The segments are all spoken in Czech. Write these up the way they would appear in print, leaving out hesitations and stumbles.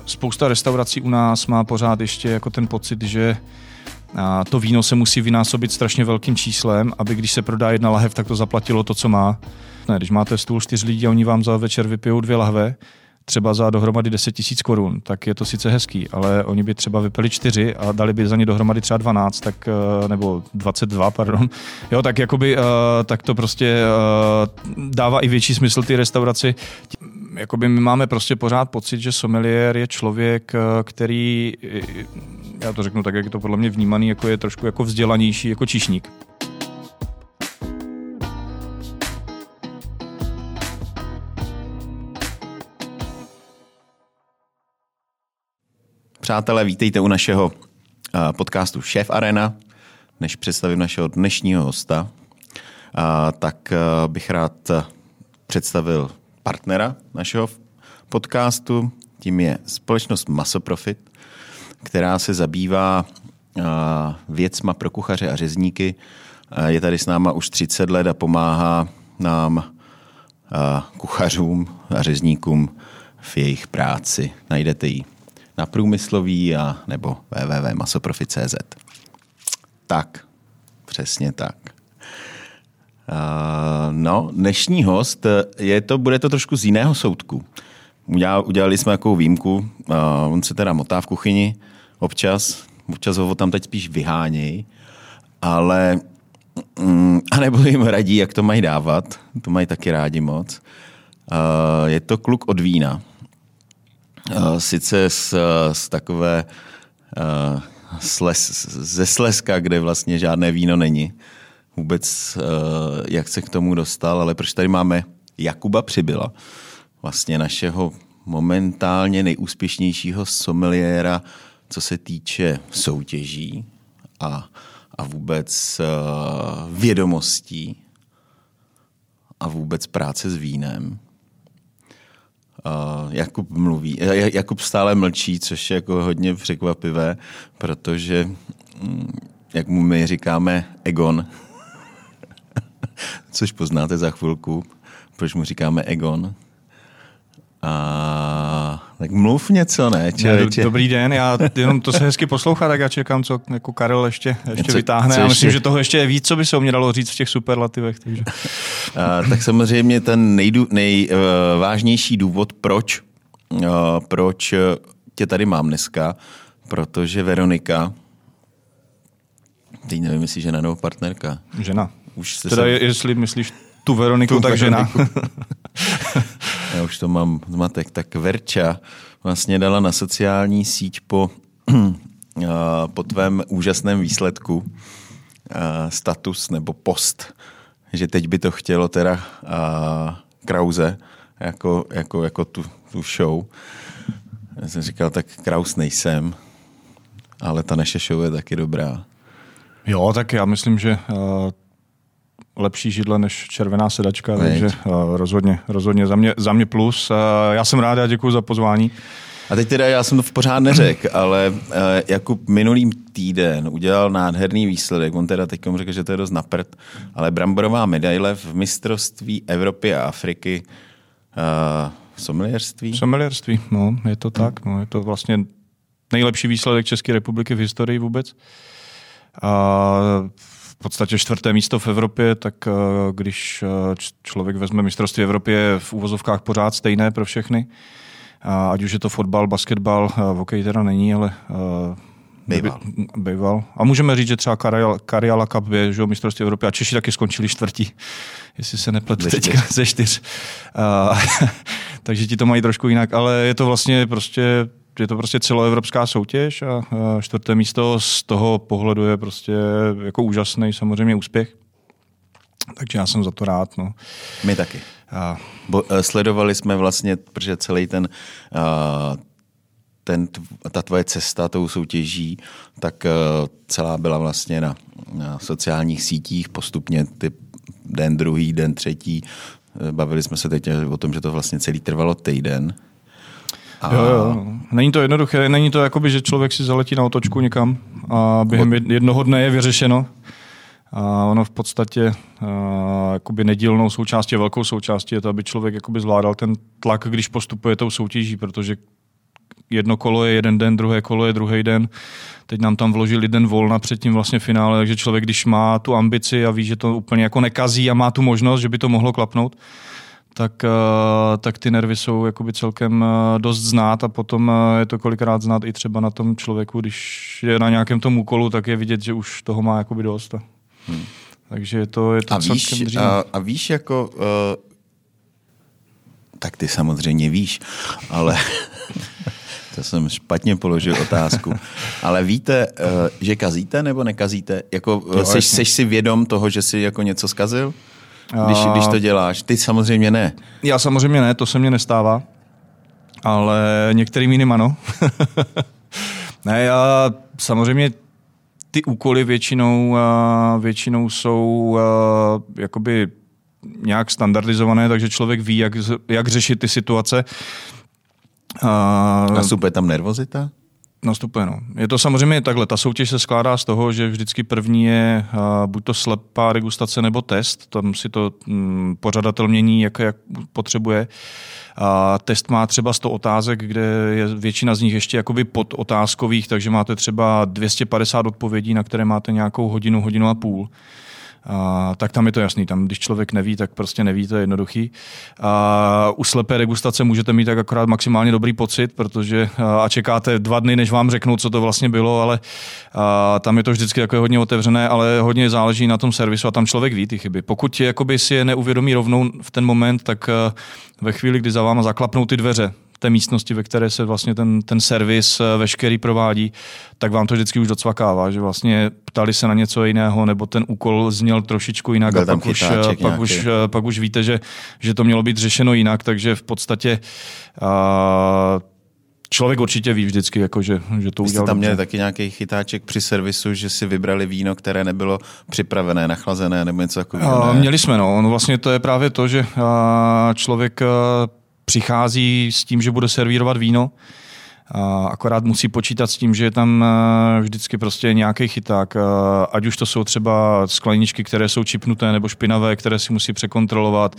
spousta restaurací u nás má pořád ještě jako ten pocit, že to víno se musí vynásobit strašně velkým číslem, aby když se prodá 1 lahev, tak to zaplatilo to, co má. Ne, když máte stůl 4 lidí a oni vám za večer vypijou 2 lahve, třeba za dohromady 10 000 korun, tak je to sice hezký, ale oni by třeba vypili 4 a dali by za ně dohromady třeba 12, tak, nebo 22, pardon. Jo, tak jakoby, tak to prostě dává i větší smysl ty restauraci. Jakoby my máme prostě pořád pocit, že sommelier je člověk, který, já to řeknu tak, jak je to podle mě vnímaný, jako je trošku jako vzdělanější, jako číšník. Přátelé, vítejte u našeho podcastu Šéf Arena. Než představím našeho dnešního hosta, tak bych rád představil partnera našeho podcastu. Tím je společnost Masoprofit, která se zabývá věcma pro kuchaře a řezníky. Je tady s náma už 30 let a pomáhá nám kuchařům a řezníkům v jejich práci. Najdete ji na Průmyslový a nebo www.masoprofit.cz. Tak, přesně tak. Dnešní host, bude to trošku z jiného soudku. Udělali jsme takovou výjimku, on se teda motá v kuchyni občas ho tam teď spíš vyháněj, ale anebo jim radí, jak to mají dávat, to mají taky rádi moc. Je to kluk od vína. Sice z takové ze Slezska, kde vlastně žádné víno není. Vůbec jak se k tomu dostal, ale proč tady máme Jakuba Přibyla, vlastně našeho momentálně nejúspěšnějšího sommeliéra, co se týče soutěží a vůbec vědomostí a vůbec práce s vínem. Jakub stále mlčí, což je jako hodně překvapivé, protože, jak mu my říkáme, Egon, což poznáte za chvilku, proč mu říkáme Egon. Tak mluv něco, ne? Dobrý den, jenom to se hezky poslouchá, tak já čekám, co jako Karel ještě vytáhne. Já myslím, že toho ještě je víc, co by se o mě dalo říct v těch superlativech. Takže. Tak samozřejmě ten nejvážnější důvod, proč tě tady mám dneska, protože Veronika, teď nevím, jestli žena nebo partnerka. Žena. Jestli myslíš tu Veroniku, tak žena. Já už to mám zmatek. Tak Verča vlastně dala na sociální síť po tvém úžasném výsledku status nebo post, že teď by to chtělo teda Krause jako tu show. Já jsem říkal, tak Kraus nejsem, ale ta naše show je taky dobrá. Jo, tak já myslím, že lepší židle než červená sedačka, takže rozhodně za mě plus. Já jsem rád a děkuji za pozvání. A teď teda já jsem to pořád neřekl, ale Jakub minulý týden udělal nádherný výsledek. On teda teď řekl, že to je dost na prd, ale bramborová medaile v mistrovství Evropy a Afriky v sommelierství. Sommelierství, no, je to tak. No, je to vlastně nejlepší výsledek České republiky v historii vůbec. V podstatě 4. místo v Evropě, tak když člověk vezme mistrovství Evropy, je v uvozovkách pořád stejné pro všechny. Ať už je to fotbal, basketbal, hokej teda není, ale býval. A můžeme říct, že třeba Karjala Cup je mistrovství Evropy a Češi taky skončili 4. Jestli se nepletu teďka ze 4. Takže ti to mají trošku jinak, ale je to vlastně je to prostě celoevropská soutěž a 4. místo z toho pohledu je prostě jako úžasný samozřejmě úspěch. Takže já jsem za to rád. No. My taky. Sledovali jsme vlastně, protože celý ta tvoje cesta tou soutěží, tak celá byla vlastně na sociálních sítích, postupně den druhý, den třetí. Bavili jsme se teď o tom, že to vlastně celý trvalo týden. Jo. Není to jednoduché, není to jakoby, že člověk si zaletí na otočku někam a během jednoho dne je vyřešeno. A ono v podstatě jakoby nedílnou součástí a velkou součástí je to, aby člověk jakoby zvládal ten tlak, když postupuje tou soutěží, protože jedno kolo je jeden den, druhé kolo je druhý den. Teď nám tam vložili den volna před tím vlastně finále, takže člověk, když má tu ambici a ví, že to úplně jako nekazí a má tu možnost, že by to mohlo klapnout, tak ty nervy jsou jakoby celkem dost znát a potom je to kolikrát znát i třeba na tom člověku, když je na nějakém tom úkolu, tak je vidět, že už toho má jakoby dost. Takže je to celkem dřív. A víš jako... Tak ty samozřejmě víš, ale to jsem špatně položil otázku. Ale víte, že kazíte nebo nekazíte? Jako, seš si vědom toho, že jsi jako něco zkazil? Když to děláš. Ty samozřejmě ne. Já samozřejmě ne, to se mně nestává. Ale některým jiným ano. Ne, já samozřejmě ty úkoly většinou jsou jakoby nějak standardizované, takže člověk ví, jak řešit ty situace. Nastupuje tam nervozita? Nastupuje, no. Je to samozřejmě takhle. Ta soutěž se skládá z toho, že vždycky první je buď to slepá degustace nebo test. Tam si to pořadatel mění, jak potřebuje. Test má třeba 100 otázek, kde je většina z nich ještě jakoby podotázkových, takže máte třeba 250 odpovědí, na které máte nějakou hodinu a půl. Tak tam je to jasný. Tam, když člověk neví, tak prostě neví, to je jednoduchý. U slepé degustace můžete mít tak akorát maximálně dobrý pocit, protože a čekáte 2 dny, než vám řeknou, co to vlastně bylo, ale tam je to vždycky takové hodně otevřené, ale hodně záleží na tom servisu a tam člověk ví ty chyby. Pokud jakoby si je neuvědomí rovnou v ten moment, tak ve chvíli, kdy za váma zaklapnou ty dveře té místnosti, ve které se vlastně ten servis veškerý provádí, tak vám to vždycky už docvakává, že vlastně ptali se na něco jiného, nebo ten úkol zněl trošičku jinak a pak už víte, že to mělo být řešeno jinak, takže v podstatě člověk určitě ví vždycky, jako, že to udělal. Jste tam měli taky nějaký chytáček při servisu, že si vybrali víno, které nebylo připravené, nachlazené nebo něco takového? Měli jsme, no. Vlastně to je právě to, že člověk přichází s tím, že bude servírovat víno, akorát musí počítat s tím, že je tam vždycky prostě nějaký chyták, ať už to jsou třeba skleničky, které jsou čipnuté nebo špinavé, které si musí překontrolovat.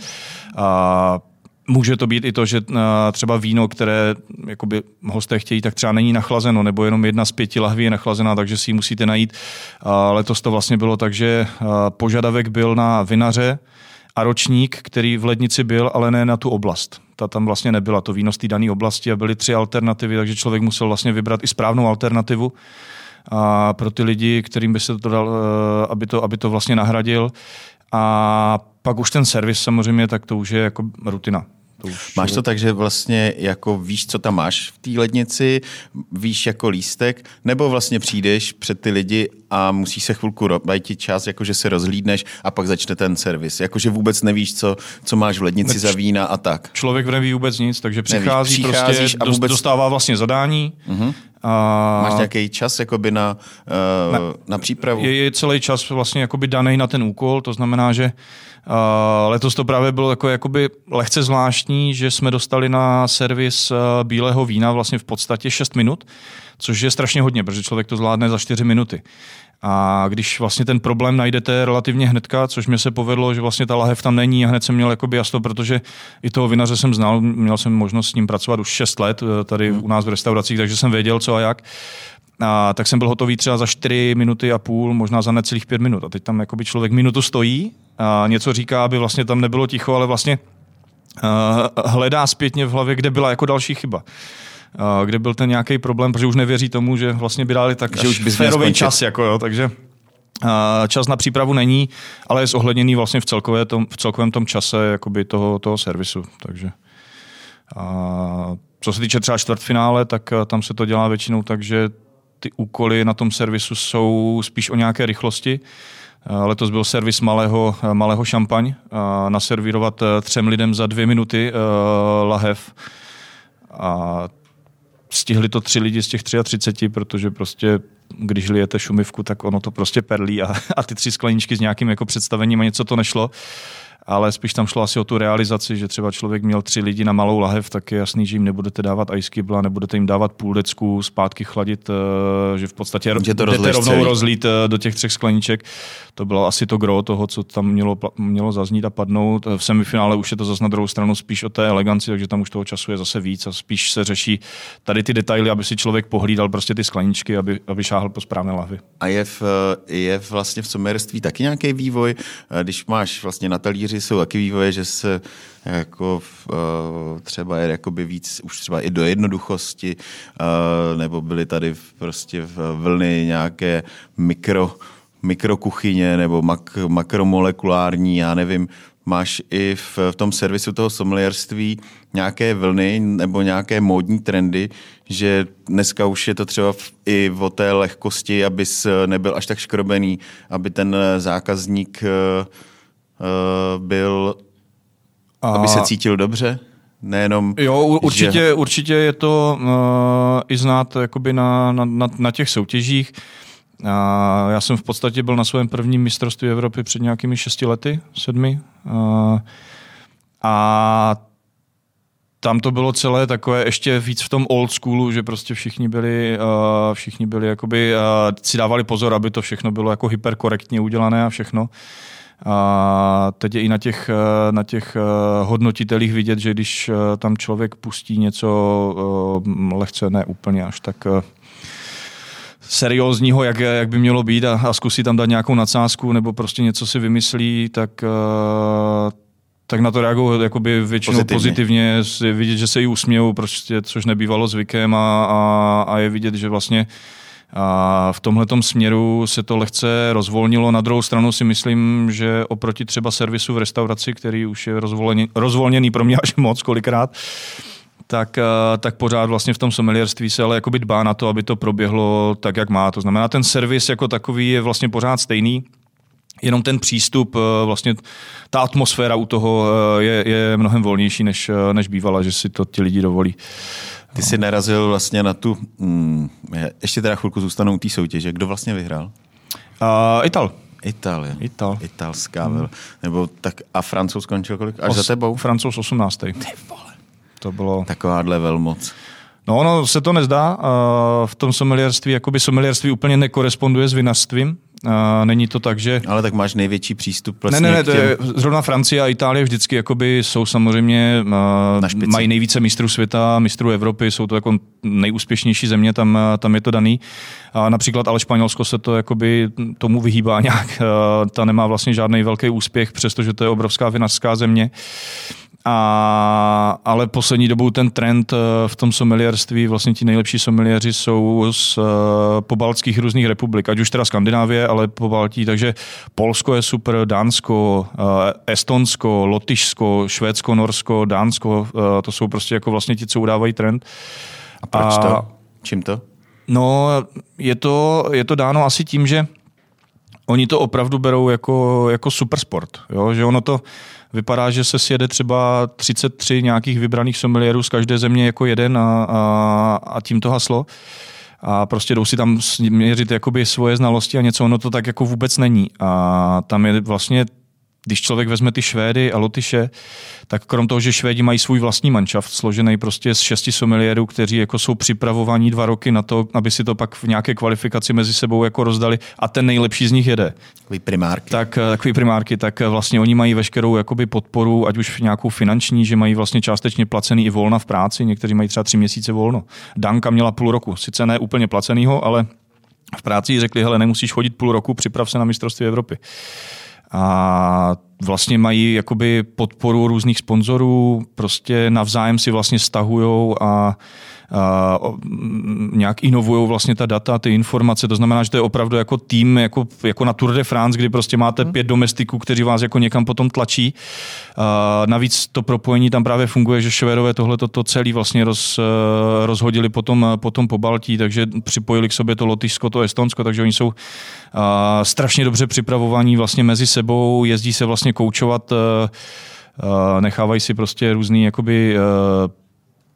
Může to být i to, že třeba víno, které jakoby hosté chtějí, tak třeba není nachlazeno, nebo jenom 1 z 5 lahví je nachlazená, takže si ji musíte najít. Letos to vlastně bylo tak, že požadavek byl na vinaře a ročník, který v lednici byl, ale ne na tu oblast. Ta tam vlastně nebyla, to víno z té dané oblasti a byly 3 alternativy, takže člověk musel vlastně vybrat i správnou alternativu a pro ty lidi, kterým by se to dal, aby to vlastně nahradil. A pak už ten servis samozřejmě, tak to už je jako rutina. Máš to tak, že vlastně jako víš, co tam máš v té lednici, víš jako lístek, nebo vlastně přijdeš před ty lidi a musíš se chvilku dají ti čas, jakože se rozhlídneš a pak začne ten servis. Jakože vůbec nevíš, co máš v lednici za vína a tak. Člověk neví vůbec nic, takže přichází prostě a vůbec dostává vlastně zadání. Uh-huh. Máš nějaký čas jakoby na přípravu? Je celý čas vlastně jakoby daný na ten úkol, to znamená, že letos to právě bylo jakoby lehce zvláštní, že jsme dostali na servis bílého vína vlastně v podstatě 6 minut, což je strašně hodně, protože člověk to zvládne za 4 minuty. A když vlastně ten problém najdete relativně hnedka, což mi se povedlo, že vlastně ta lahev tam není a hned jsem měl jakoby jasno, protože i toho vinaře jsem znal, měl jsem možnost s ním pracovat už 6 let tady u nás v restauracích, takže jsem věděl co a jak. Tak jsem byl hotový třeba za 4 minuty a půl, možná za necelých 5 minut. A teď tam jakoby člověk minutu stojí a něco říká, aby vlastně tam nebylo ticho, ale vlastně hledá zpětně v hlavě, kde byla jako další chyba. Kde byl ten nějaký problém, protože už nevěří tomu, že vlastně by dali tak férový čas. Jako, jo, takže čas na přípravu není, ale je zohledněný vlastně v celkovém tom čase jakoby toho servisu. Takže co se týče třeba čtvrtfinále, tak tam se to dělá většinou tak, že ty úkoly na tom servisu jsou spíš o nějaké rychlosti. Letos byl servis malého šampaň, naservírovat 3 lidem za 2 minuty lahev. A stihli to 3 lidi z těch 33, protože prostě když lijete šumivku, tak ono to prostě perlí a ty 3 skleničky s nějakým jako představením a něco to nešlo. ale spíš tam šlo asi o tu realizaci, že třeba člověk měl 3 lidi na malou lahev, tak je jasný, že jim nebudete dávat ice cube, nebudete jim dávat půl decku, zpátky chladit, že v podstatě jdete rovnou rozlít do těch 3 skleniček. To bylo asi to gro toho, co tam mělo zaznít a padnout. V semifinále už je to zase na druhou stranu spíš o té eleganci, takže tam už toho času je zase víc a spíš se řeší tady ty detaily, aby si člověk pohlídal prostě ty skleničky, aby šáhl po správné lahvi. A je vlastně v sommeliérství taky nějaký vývoj? Když máš vlastně na talíři, jsou taky vývoje, že se jako třeba je jakoby víc už třeba i do jednoduchosti, nebo byly tady prostě vlny nějaké mikrokuchyně nebo makromolekulární, já nevím. Máš i v tom servisu toho sommelierství nějaké vlny nebo nějaké módní trendy, že dneska už je to třeba i o té lehkosti, abys nebyl až tak škrobený, aby ten zákazník aby se cítil dobře? Nejenom, jo, určitě je to i znát jakoby na těch soutěžích. Já jsem v podstatě byl na svém prvním mistrovství Evropy před nějakými 6 lety, 7. A tam to bylo celé takové ještě víc v tom old schoolu, že prostě všichni byli jakoby, si dávali pozor, aby to všechno bylo jako hyperkorektně udělané a všechno. A teď je i na těch hodnotitelích vidět, že když tam člověk pustí něco lehce, ne úplně až tak seriózního, jak by mělo být a zkusí tam dát nějakou nadsázku nebo prostě něco si vymyslí, tak na to reagují jakoby většinou pozitivně. Vidět, že se jí usmějou, prostě, což nebývalo zvykem a je vidět, že vlastně v tomhletom směru se to lehce rozvolnilo. Na druhou stranu si myslím, že oproti třeba servisu v restauraci, který už je rozvolněný pro mě až moc kolikrát, tak pořád vlastně v tom sommelierství se ale jakoby dbá na to, aby to proběhlo tak, jak má. To znamená, ten servis jako takový je vlastně pořád stejný, jenom ten přístup, vlastně ta atmosféra u toho je mnohem volnější, než bývala, že si to ti lidi dovolí. Ty jsi narazil vlastně na tu, ještě teda chvilku zůstanou u té soutěže. Kdo vlastně vyhrál? Italská. Nebo tak a Francouz skončil kolik? Až za tebou? Francouz 18. Ty vole. To bylo takováhle velmoc. No, se to nezdá. V tom sommelierství, jakoby sommelierství úplně nekoresponduje s vinařstvím. Není to tak, že... Ale tak máš největší přístup vlastně Ne, to je, zrovna Francie a Itálie vždycky jakoby jsou samozřejmě, mají nejvíce mistrů světa, mistrů Evropy, jsou to jako nejúspěšnější země, tam je to daný. A například ale Španělsko se to jakoby tomu vyhýbá nějak. Ta nemá vlastně žádný velký úspěch, přestože to je obrovská vinařská země. Ale poslední dobou ten trend v tom sommelierství, vlastně ti nejlepší sommeliéři jsou z pobaltských různých republik, ať už teda Skandinávie, ale Pobaltí, takže Polsko je super, Dánsko, Estonsko, Lotyšsko, Švédsko, Norsko, Dánsko, to jsou prostě jako vlastně ti, co udávají trend. A proč to? Čím to? No, je to dáno asi tím, že oni to opravdu berou jako supersport, jo? Že ono to vypadá, že se sjede třeba 33 nějakých vybraných sommelierů z každé země jako jeden a tím to haslo. A prostě jdou si tam měřit jakoby svoje znalosti a něco, ono to tak jako vůbec není. A tam je vlastně, když člověk vezme ty Švédy a Lotyše, tak krom toho, že Švédi mají svůj vlastní manšaft, složený prostě z 6 sommelierů, kteří jako jsou připravovaní 2 roky na to, aby si to pak v nějaké kvalifikaci mezi sebou jako rozdali a ten nejlepší z nich jede. Takový primárky, tak vlastně oni mají veškerou jakoby podporu, ať už nějakou finanční, že mají vlastně částečně placený i volna v práci, někteří mají třeba 3 měsíce volno. Danka měla půl roku, sice ne úplně placenýho, ale v práci jí řekli, hele, nemusíš chodit půl roku, připrav se na mistrovství Evropy. A vlastně mají jakoby podporu různých sponzorů, prostě navzájem si vlastně stahujou a nějak inovujou vlastně ta data, ty informace, to znamená, že to je opravdu jako tým, jako na Tour de France, kdy prostě máte 5 domestiků, kteří vás jako někam potom tlačí. Navíc to propojení tam právě funguje, že Švédové tohleto celý vlastně rozhodili potom po Baltí, takže připojili k sobě to Lotyšsko, to Estonsko, takže oni jsou strašně dobře připravovaní vlastně mezi sebou, jezdí se vlastně koučovat, nechávají si prostě různý jakoby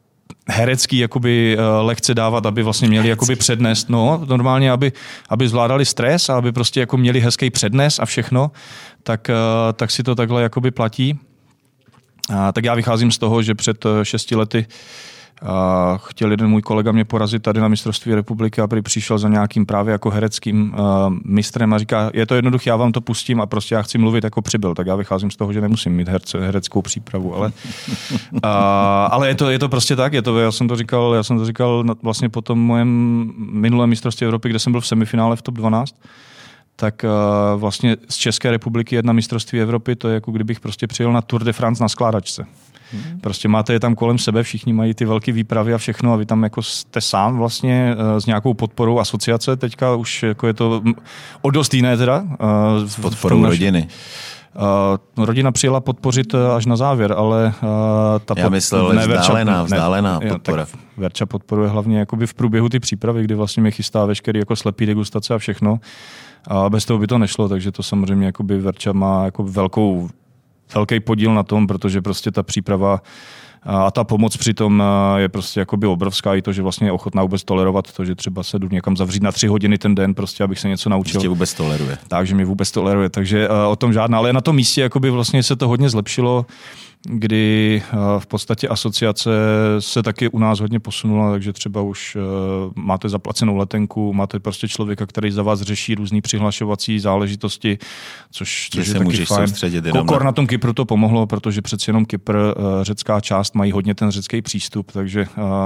herecký jakoby lehce dávat, aby vlastně měli jakoby přednes. No, normálně, aby zvládali stres a aby prostě jako měli hezký přednes a všechno, tak si to takhle jakoby platí. Tak já vycházím z toho, že před 6 lety chtěl jeden můj kolega mě porazit tady na mistrovství republiky a přišel za nějakým právě jako hereckým mistrem a říká, je to jednoduché, já vám to pustím a prostě já chci mluvit jako přibyl, tak já vycházím z toho, že nemusím mít hereckou přípravu, ale je to prostě tak, já jsem to říkal vlastně po tom mojem minulém mistrovství Evropy, kde jsem byl v semifinále v top 12, tak vlastně z České republiky jedna mistrovství Evropy, to je jako kdybych prostě přijel na Tour de France na skládačce. Prostě máte je tam kolem sebe, všichni mají ty velké výpravy a všechno a vy tam jako jste sám vlastně s nějakou podporou asociace, teďka už jako je to o dost jiné teda. S podporou rodiny. Rodina přijela podpořit až na závěr, ale já myslel, vzdálená podpora. Verča podporuje hlavně jakoby v průběhu ty přípravy, kdy vlastně mě chystá veškerý jako slepý degustace a všechno. A bez toho by to nešlo, takže to samozřejmě jakoby Verča má jako velký podíl na tom, protože prostě ta příprava a ta pomoc přitom je prostě jakoby obrovská, i to, že vlastně je ochotná vůbec tolerovat to, že třeba se jdu někam zavřít na 3 hodiny ten den, prostě abych se něco naučil. Prostě vůbec toleruje. Takže mě vůbec toleruje, takže o tom žádná, ale na tom místě jakoby vlastně se to hodně zlepšilo, kdy v podstatě asociace se taky u nás hodně posunula, takže třeba už máte zaplacenou letenku, máte prostě člověka, který za vás řeší různý přihlašovací záležitosti, což je taky fajn. Kokor na tom Kypru to pomohlo, protože přeci jenom Kypr, řecká část, mají hodně ten řecký přístup, takže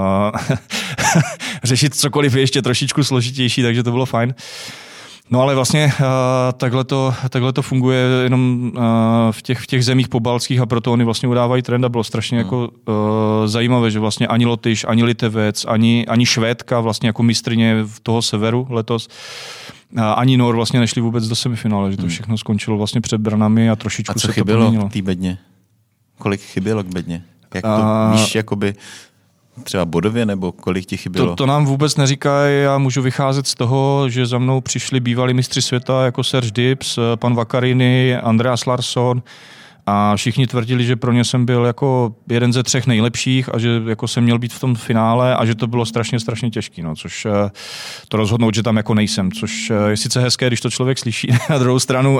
řešit cokoliv je ještě trošičku složitější, takže to bylo fajn. No ale vlastně takhle to funguje jenom v těch zemích pobaltských a proto oni vlastně udávají trend a bylo strašně jako zajímavé, že vlastně ani Lotyš, ani Litevec, ani Švédka vlastně jako mistrně toho severu letos, ani Nor vlastně nešli vůbec do semifinále, že to všechno skončilo vlastně před branami a trošičku se to poměnilo. A co chybělo k té bedně? Kolik chybělo k bedně? Jak to víš, jakoby třeba bodově, nebo kolik ti chybělo? To nám vůbec neříká, já můžu vycházet z toho, že za mnou přišli bývalí mistři světa jako Serge Dips, pan Vaccarini, Andreas Larsson a všichni tvrdili, že pro ně jsem byl jako jeden ze 3 nejlepších a že jako jsem měl být v tom finále a že to bylo strašně těžký, no, což to rozhodnout, že tam jako nejsem, což je sice hezké, když to člověk slyší, na druhou stranu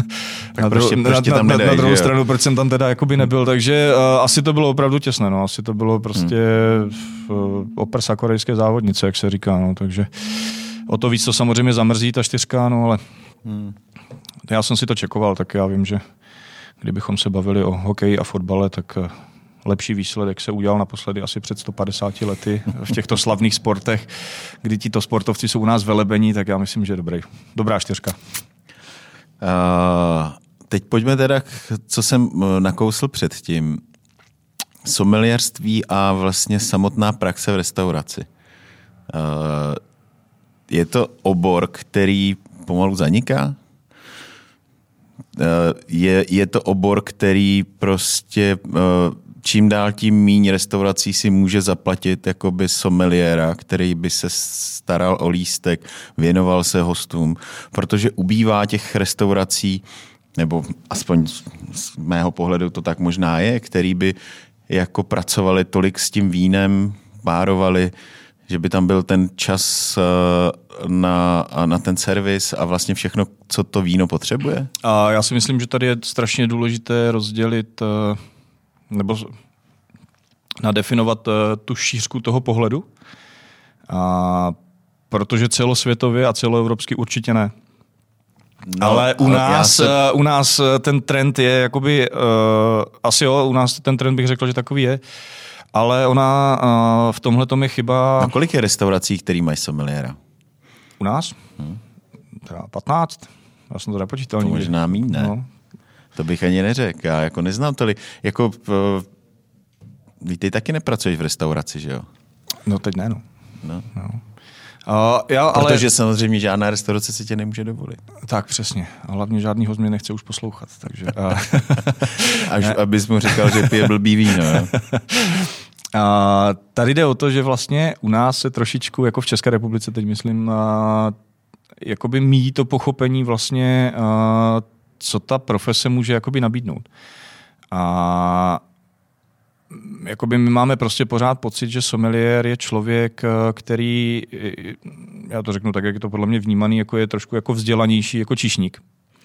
na druhou stranu, proč jsem tam teda jakoby nebyl, takže asi to bylo opravdu těsné, no, asi to bylo prostě o prsa korejské závodnice, jak se říká, no, takže o to víc to samozřejmě zamrzí ta 4, no, ale já jsem si to čekoval, tak já vím, že kdybychom se bavili o hokeji a fotbale, tak lepší výsledek se udělal naposledy asi před 150 lety v těchto slavných sportech, kdy tito sportovci jsou u nás velebení, tak já myslím, že dobrá 4. Teď pojďme teda, co jsem nakousl předtím. Sommelierství a vlastně samotná praxe v restauraci. Je to obor, který pomalu zaniká? Je to obor, který prostě čím dál tím míň restaurací si může zaplatit jakoby sommeliéra, který by se staral o lístek, věnoval se hostům, protože ubývá těch restaurací, nebo aspoň z mého pohledu to tak možná je, který by jako pracovali tolik s tím vínem, párovali, že by tam byl ten čas na ten servis a vlastně všechno, co to víno potřebuje? A já si myslím, že tady je strašně důležité rozdělit nebo nadefinovat tu šířku toho pohledu, protože celosvětově a celoevropsky určitě ne. No, ale u nás ten trend je jakoby, asi jo, u nás ten trend bych řekl, že takový je, ale ona v tomhle tom je chyba. A kolik je restaurací, který mají sommeliéra? U nás? Třeba 15. Já jsem to nepočítal. To možná míň, ne? No. To bych ani neřekl. Já jako neznám tolik. Jako, ty taky nepracuješ v restauraci, že jo? No teď ne, no. Protože samozřejmě žádná restaurace si tě nemůže dovolit. Tak přesně. A hlavně žádný host mě nechce už poslouchat. Takže, abys mu říkal, že pije blbý víno. Tady jde o to, že vlastně u nás se trošičku, jako v České republice teď myslím, jakoby míjí to pochopení vlastně, co ta profese může jakoby nabídnout. jakoby my máme prostě pořád pocit, že sommelier je člověk, který, já to řeknu tak, jak je to podle mě vnímaný, jako je trošku jako vzdělanější jako číšník.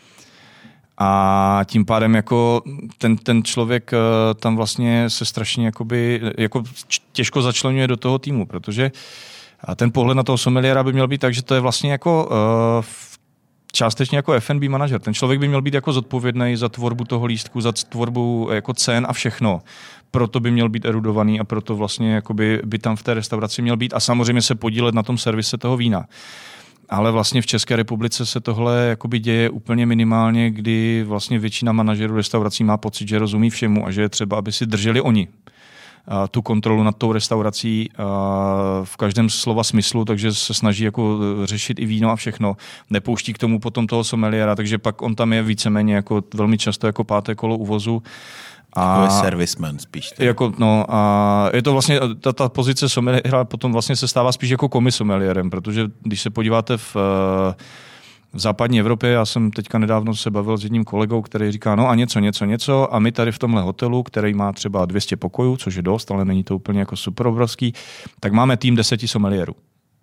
A tím pádem jako ten člověk tam vlastně se strašně jako těžko začleňuje do toho týmu, protože ten pohled na toho sommeliéra by měl být tak, že to je vlastně jako částečně jako F&B manažer. Ten člověk by měl být jako zodpovědný za tvorbu toho lístku, za tvorbu jako cen a všechno. Proto by měl být erudovaný a proto vlastně jakoby by tam v té restauraci měl být a samozřejmě se podílet na tom servise toho vína. Ale vlastně v České republice se tohle jakoby děje úplně minimálně, kdy vlastně většina manažerů restaurací má pocit, že rozumí všemu a že je třeba, aby si drželi oni tu kontrolu nad tou restaurací v každém slova smyslu, takže se snaží jako řešit i víno a všechno. Nepouští k tomu potom toho sommeliéra, takže pak on tam je víceméně jako velmi často jako páté kolo uvozu. To je serviceman spíš. Jako, no, a je to vlastně, ta pozice sommeliéra potom vlastně se stává spíš jako komisomeliérem, protože když se podíváte v západní Evropě, já jsem teďka nedávno se bavil s jedním kolegou, který říká, no a něco a my tady v tomhle hotelu, který má třeba 200 pokojů, což je dost, ale není to úplně jako super obrovský, tak máme tým 10 sommeliérů.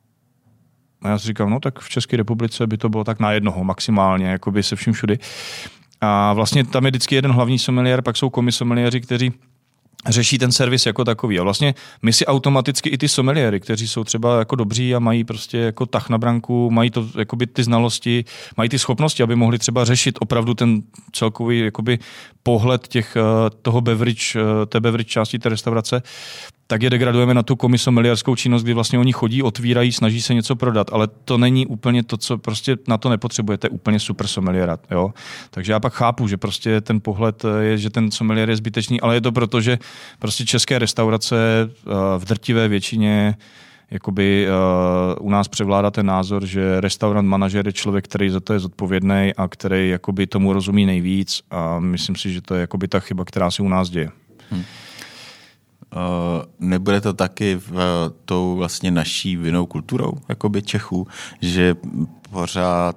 A já si říkám, no tak v České republice by to bylo tak na jednoho maximálně, jako by se vším všudy. A vlastně tam je vždycky jeden hlavní sommeliér, pak jsou komisomeliéři, kteří řeší ten servis jako takový. A vlastně my si automaticky i ty sommeliéry, kteří jsou třeba jako dobří a mají prostě jako tah na branku, mají to jakoby ty znalosti, mají ty schopnosti, aby mohli třeba řešit opravdu ten celkový jakoby pohled toho té beverage části té restaurace, tak je degradujeme na tu komisomeliérskou činnost, kdy vlastně oni chodí, otvírají, snaží se něco prodat, ale to není úplně to, co prostě na to nepotřebujete úplně super sommeliéra, jo. Takže já pak chápu, že prostě ten pohled je, že ten sommeliér je zbytečný, ale je to proto, že prostě české restaurace v drtivé většině jakoby u nás převládá ten názor, že restaurant manažer je člověk, který za to je zodpovědný a který jakoby tomu rozumí nejvíc a myslím si, že to je jakoby ta chyba, která se u nás děje. Nebude to taky tou vlastně naší vinnou kulturou, jakoby Čechů, že pořád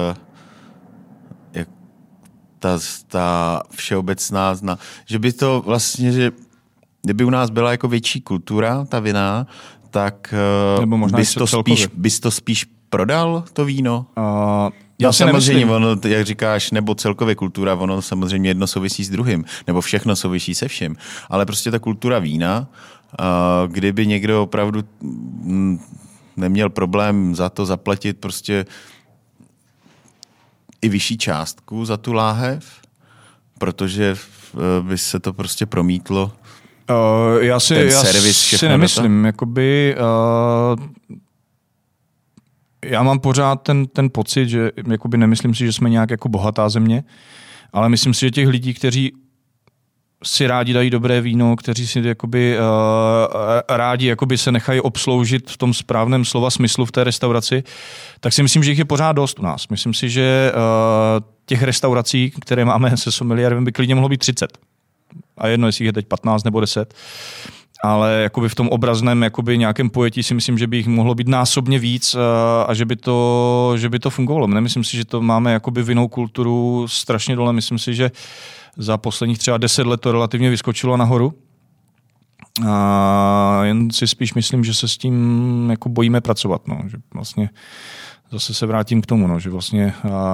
ta všeobecná že by to vlastně, že kdyby u nás byla jako větší kultura, ta vina, tak bys to spíš prodal, to víno? Já si samozřejmě, ono, jak říkáš, nebo celkově kultura, ono samozřejmě jedno souvisí s druhým, nebo všechno souvisí se vším. Ale prostě ta kultura vína, kdyby někdo opravdu neměl problém za to zaplatit prostě i vyšší částku za tu láhev, protože by se to prostě promítlo. Já si nemyslím, jakoby... Já mám pořád ten pocit, že jakoby nemyslím si, že jsme nějak jako bohatá země, ale myslím si, že těch lidí, kteří si rádi dají dobré víno, kteří si jakoby, rádi jakoby se nechají obsloužit v tom správném slova smyslu v té restauraci, tak si myslím, že jich je pořád dost u nás. Myslím si, že těch restaurací, které máme se sommeliérem, by klidně mohlo být 30. A jedno, jestli je teď 15 nebo 10. Ale jakoby v tom obrazném jakoby nějakém pojetí si myslím, že by jich mohlo být násobně víc a že by to fungovalo. Nemyslím si, že to máme jakoby vinnou kulturu strašně dole. Myslím si, že za posledních třeba 10 let to relativně vyskočilo nahoru. A jen si spíš myslím, že se s tím jako bojíme pracovat. No. Že vlastně zase se vrátím k tomu, no. Že vlastně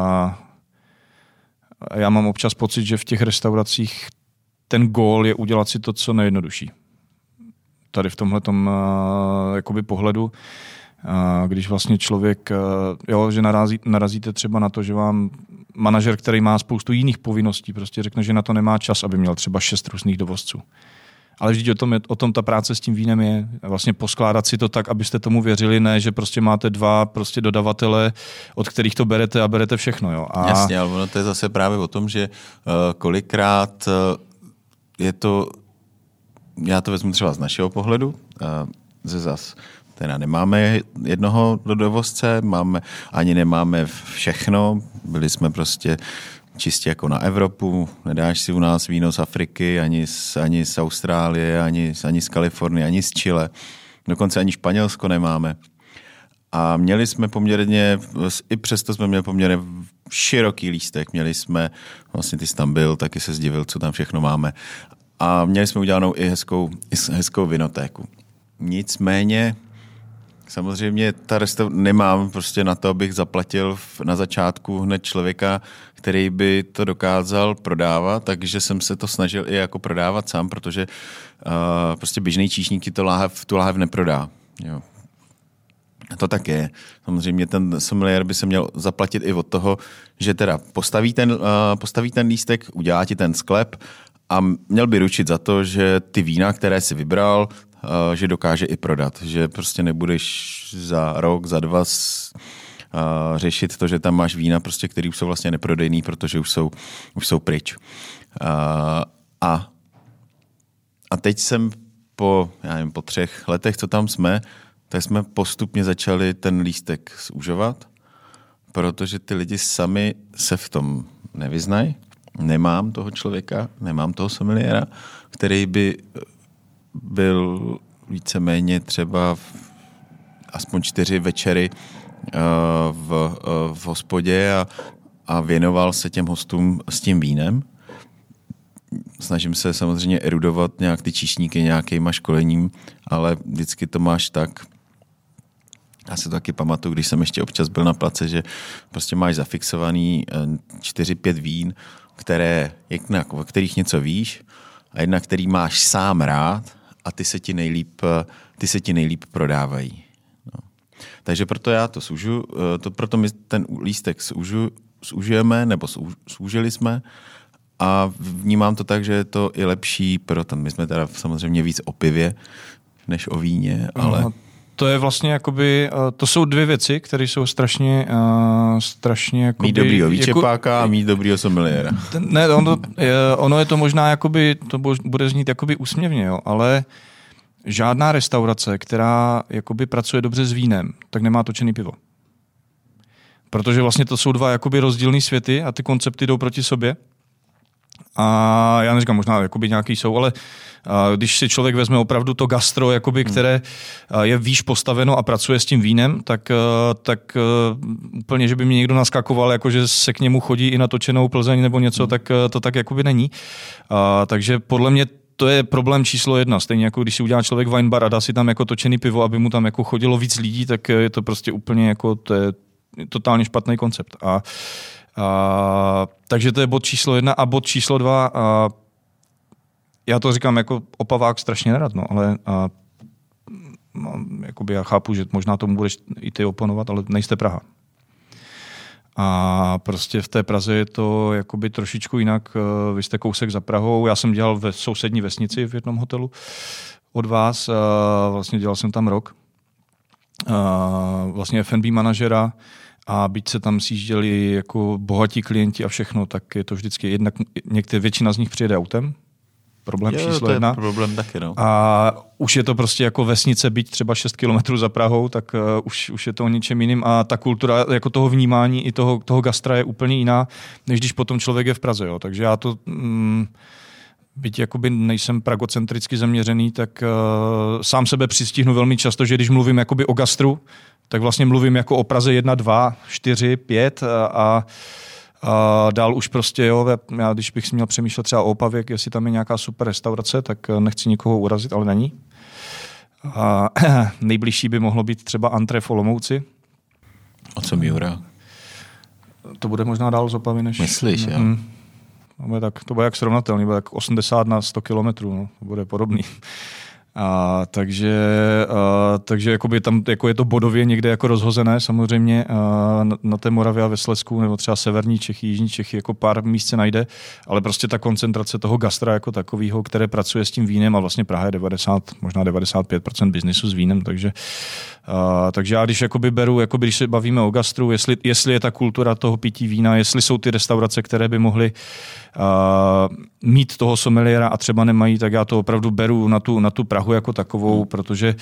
já mám občas pocit, že v těch restauracích ten gól je udělat si to, co nejjednodušší. Tady v tomhletom jakoby pohledu, když vlastně člověk, že narazíte třeba na to, že vám manažer, který má spoustu jiných povinností, prostě řekne, že na to nemá čas, aby měl třeba 6 různých dovozců. Ale vždyť o tom ta práce s tím vínem je. Vlastně poskládat si to tak, abyste tomu věřili, ne, že prostě máte 2 prostě dodavatele, od kterých to berete a berete všechno. Jo. Jasně, ale ono to je zase právě o tom, že kolikrát je to. Já to vezmu třeba z našeho pohledu, ze zas teda nemáme jednoho dovozce, ani nemáme všechno, byli jsme prostě čistě jako na Evropu, nedáš si u nás víno z Afriky, ani z Austrálie, ani z Kalifornie, ani z Chile, dokonce ani Španělsko nemáme. A měli jsme poměrně, i přesto jsme měli poměrně široký lístek, měli jsme, vlastně ty jsi tam byl, taky se zdivil, co tam všechno máme. a měli jsme udělanou i hezkou vinotéku. Nicméně samozřejmě nemám prostě na to, abych zaplatil na začátku hned člověka, který by to dokázal prodávat, takže jsem se to snažil i jako prodávat sám, protože prostě běžný číšník tu láhev neprodá. Jo. To tak je. Samozřejmě ten sommelier by se měl zaplatit i od toho, že teda postaví ten lístek, udělá ti ten sklep a měl by ručit za to, že ty vína, které si vybral, že dokáže i prodat. Že prostě nebudeš za rok, za dva řešit to, že tam máš vína, prostě, které už jsou vlastně neprodejný, protože už jsou pryč. A teď jsem po 3 letech, co tam jsme, tak jsme postupně začali ten lístek zúžovat, protože ty lidi sami se v tom nevyznají. Nemám toho člověka, nemám toho sommeliéra, který by byl víceméně třeba aspoň 4 večery v hospodě a věnoval se těm hostům s tím vínem. Snažím se samozřejmě erudovat nějak ty číšníky nějakýma školením, ale vždycky to máš tak. Já si to taky pamatuju, když jsem ještě občas byl na place, že prostě máš zafixovaný 4-5 vín, o kterých něco víš a jedna, který máš sám rád a ty se ti nejlíp prodávají. No. Takže proto já to zúžu, proto my ten lístek zúžujeme, nebo zúžili jsme a vnímám to tak, že je to i lepší my jsme teda samozřejmě víc o pivě, než o víně, ale... To je vlastně jakoby, to jsou 2 věci, které jsou strašně jakoby... Mít dobrýho výčepáka a mít dobrýho sommeliéra. Ne, ono je to možná jakoby, to bude znít jakoby úsměvně, jo, ale žádná restaurace, která jakoby pracuje dobře s vínem, tak nemá točený pivo. Protože vlastně to jsou 2 jakoby rozdílný světy a ty koncepty jdou proti sobě. A já neříkám, možná jakoby nějaký jsou, ale když si člověk vezme opravdu to gastro, jakoby, které je výš postaveno a pracuje s tím vínem, tak úplně, že by mě někdo naskakoval, jako že se k němu chodí i na točenou Plzeň nebo něco, tak to tak jakoby není. Takže podle mě to je problém číslo 1. Stejně jako když si udělá člověk wine bar a dá si tam jako točený pivo, aby mu tam jako chodilo víc lidí, tak je to prostě úplně jako, to je totálně špatný koncept. Takže to je bod číslo 1 a bod číslo 2. Já to říkám jako opavák strašně nerad, no, ale jakoby já chápu, že možná tomu budeš i ty oponovat, ale nejste Praha. A prostě v té Praze je to jakoby trošičku jinak. Vy jste kousek za Prahou. Já jsem dělal v sousední vesnici v jednom hotelu od vás. Vlastně dělal jsem tam rok. Vlastně F&B manažera. A byť se tam sjížděli jako bohatí klienti a všechno, tak je to vždycky jednak většina z nich přijede autem. Problém číslo 1. Problém taky, no. A už je to prostě jako vesnice, byť třeba 6 kilometrů za Prahou, tak už je to o něčem jiným a ta kultura jako toho vnímání i toho gastra je úplně jiná, než když potom člověk je v Praze. Jo. Takže já to, byť jakoby nejsem pragocentricky zaměřený, tak sám sebe přistihnu velmi často, že když mluvím jakoby o gastru, tak vlastně mluvím jako o Praze 1, 2, 4, 5 a dál už prostě, jo, já když bych si měl přemýšlet třeba o Opavě, jestli tam je nějaká super restaurace, tak nechci nikoho urazit, ale není. A nejbližší by mohlo být třeba Antré v Olomouci. O co Miura? To bude možná dál z Opavy než... Myslíš, jo? To bude jak srovnatelný, bude jak 80 na 100 kilometrů, no, to bude podobný. Takže jakoby tam jako je to bodově někde jako rozhozené samozřejmě na té Moravě a ve Slezsku nebo třeba severní Čechy, jižní Čechy jako pár míst se najde, ale prostě ta koncentrace toho gastra jako takového, které pracuje s tím vínem a vlastně Praha je 90, možná 95% biznisu s vínem, takže já když jakoby beru, jakoby když se bavíme o gastru, jestli je ta kultura toho pití vína, jestli jsou ty restaurace, které by mohly mít toho sommeliéra a třeba nemají, tak já to opravdu beru na tu Prahu jako takovou, protože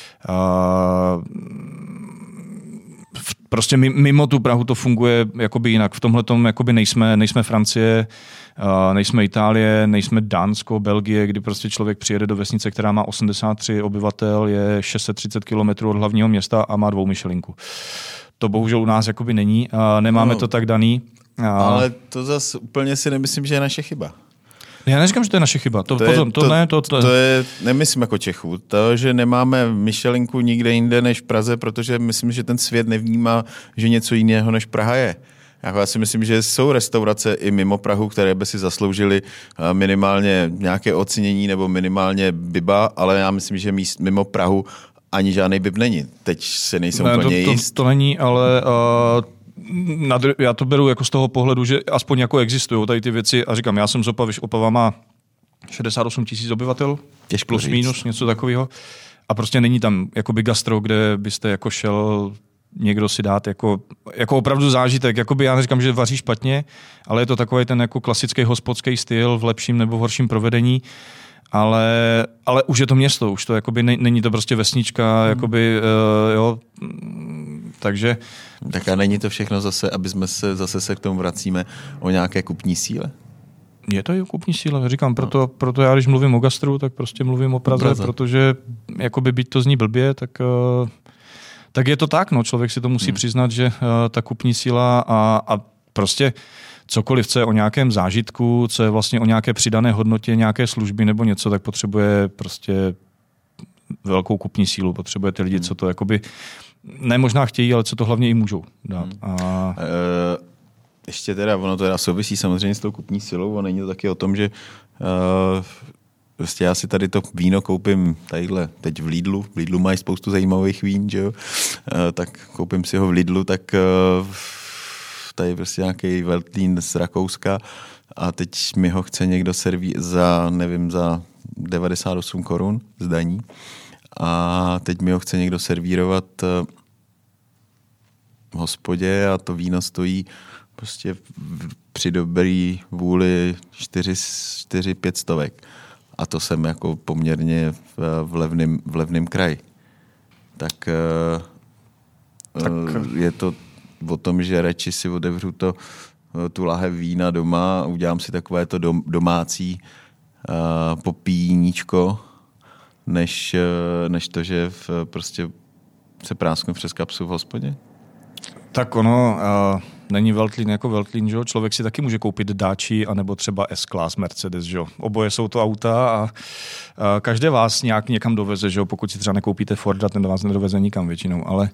prostě mimo tu Prahu to funguje jakoby jinak. V tomhletom jakoby nejsme Francie, nejsme Itálie, nejsme Dánsko, Belgie, kdy prostě člověk přijede do vesnice, která má 83 obyvatel, je 630 kilometrů od hlavního města a má 2 Michelinku. To bohužel u nás jakoby není, nemáme to tak daný. Ale to zase úplně si nemyslím, že je naše chyba. Já neříkám, že to je naše chyba. To je, nemyslím jako Čechů. To, že nemáme Michelinku nikde jinde než v Praze, protože myslím, že ten svět nevnímá, že něco jiného než Praha je. Já si myslím, že jsou restaurace i mimo Prahu, které by si zasloužily minimálně nějaké ocenění nebo minimálně biba, ale já myslím, že mimo Prahu ani žádný bib není. Teď se nejsem úplně jist. To není, ale já to beru jako z toho pohledu, že aspoň jako existují tady ty věci a říkám, já jsem z Opavy, Opava má 68 000 obyvatel, plus minus, něco takového. A prostě není tam jakoby gastro, kde byste jako šel někdo si dát jako opravdu zážitek. Jakoby já neříkám, že vaří špatně, ale je to takový ten jako klasický hospodský styl v lepším nebo v horším provedení. Ale už je to město, už to jakoby není to prostě vesnička, jakoby, jo, takže... Tak a není to všechno zase, aby jsme se k tomu vracíme o nějaké kupní síle? Je to i o kupní síle, říkám, proto já, když mluvím o gastru, tak prostě mluvím o Praze, protože jakoby byť to zní blbě, tak je to tak, no, člověk si to musí přiznat, že ta kupní síla a prostě cokoliv, co je o nějakém zážitku, co je vlastně o nějaké přidané hodnotě, nějaké služby nebo něco, tak potřebuje prostě velkou kupní sílu, potřebuje ty lidi, co to jakoby ne možná chtějí, ale co to hlavně i můžou dát. Ještě teda, ono teda souvisí samozřejmě s tou kupní silou a není to taky o tom, že prostě já si tady to víno koupím tadyhle teď v Lidlu. V Lidlu mají spoustu zajímavých vín, že jo? Tak koupím si ho v Lidlu, tak tady prostě nějaký Veltlín z Rakouska a teď mi ho chce někdo za 98 korun z daní a teď mi ho chce někdo servírovat v hospodě a to víno stojí prostě při dobrý vůli 4-5 stovek. A to jsem jako poměrně v levném kraji. Tak je to o tom, že radši si otevřu tu lahev vína doma a udělám si takové to domácí popíjíníčko, než to, že prostě se prásknu přes kapsu v hospodě. Tak ono, není Veltlín jako Veltlín, že jo? Člověk si taky může koupit Dacia anebo třeba S-Class Mercedes, že jo? Oboje jsou to auta a každé vás nějak někam doveze, že jo? Pokud si třeba nekoupíte Forda, ten vás nedoveze nikam většinou, ale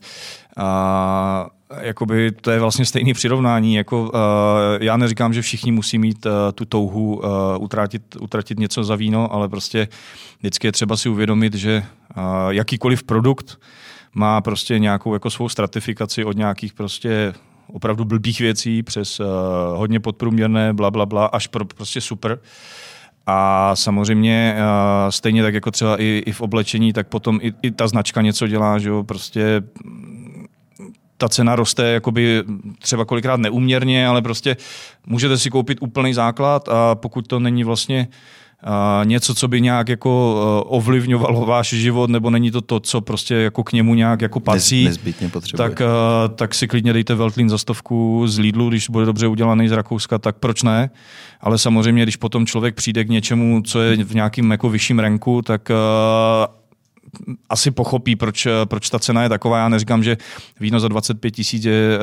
jakoby to je vlastně stejné přirovnání, jako já neříkám, že všichni musí mít tu touhu utratit něco za víno, ale prostě vždycky je třeba si uvědomit, že jakýkoliv produkt má prostě nějakou jako svou stratifikaci od nějakých prostě opravdu blbých věcí přes hodně podprůměrné, blablabla, až prostě super. A samozřejmě stejně tak jako třeba i v oblečení, tak potom i ta značka něco dělá, že jo, prostě ta cena roste jakoby třeba kolikrát neúměrně, ale prostě můžete si koupit úplný základ a pokud to není vlastně něco, co by nějak jako ovlivňovalo váš život, nebo není to, co prostě jako k němu nějak jako patří, tak si klidně dejte Veltlín za 100 z Lidlu, když bude dobře udělaný z Rakouska, tak proč ne? Ale samozřejmě, když potom člověk přijde k něčemu, co je v nějakým jako vyšším ranku, tak asi pochopí, proč ta cena je taková. Já neříkám, že víno za 25 000 je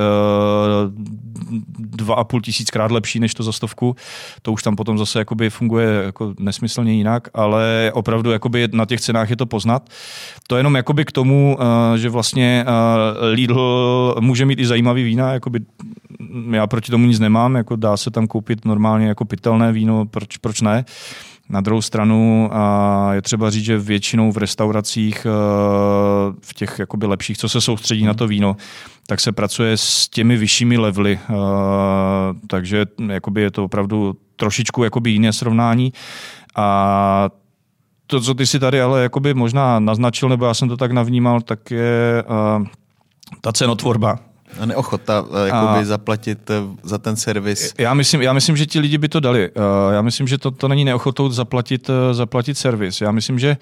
2 500 krát lepší než to za 100. To už tam potom zase jakoby funguje jako nesmyslně jinak, ale opravdu jakoby na těch cenách je to poznat. To jenom jakoby k tomu, že vlastně Lidl může mít i zajímavý vína, jakoby já proti tomu nic nemám, jako dá se tam koupit normálně jako pitelné víno, proč ne? Na druhou stranu je třeba říct, že většinou v restauracích, v těch jakoby lepších, co se soustředí na to víno, tak se pracuje s těmi vyššími levely. Takže jakoby je to opravdu trošičku jakoby jiné srovnání. A to, co ty si tady ale jakoby možná naznačil, nebo já jsem to tak navnímal, tak je ta cenotvorba. A neochota jakoby zaplatit za ten servis. Já myslím, že ti lidi by to dali. Já myslím, že to není neochotou zaplatit servis. Já myslím, že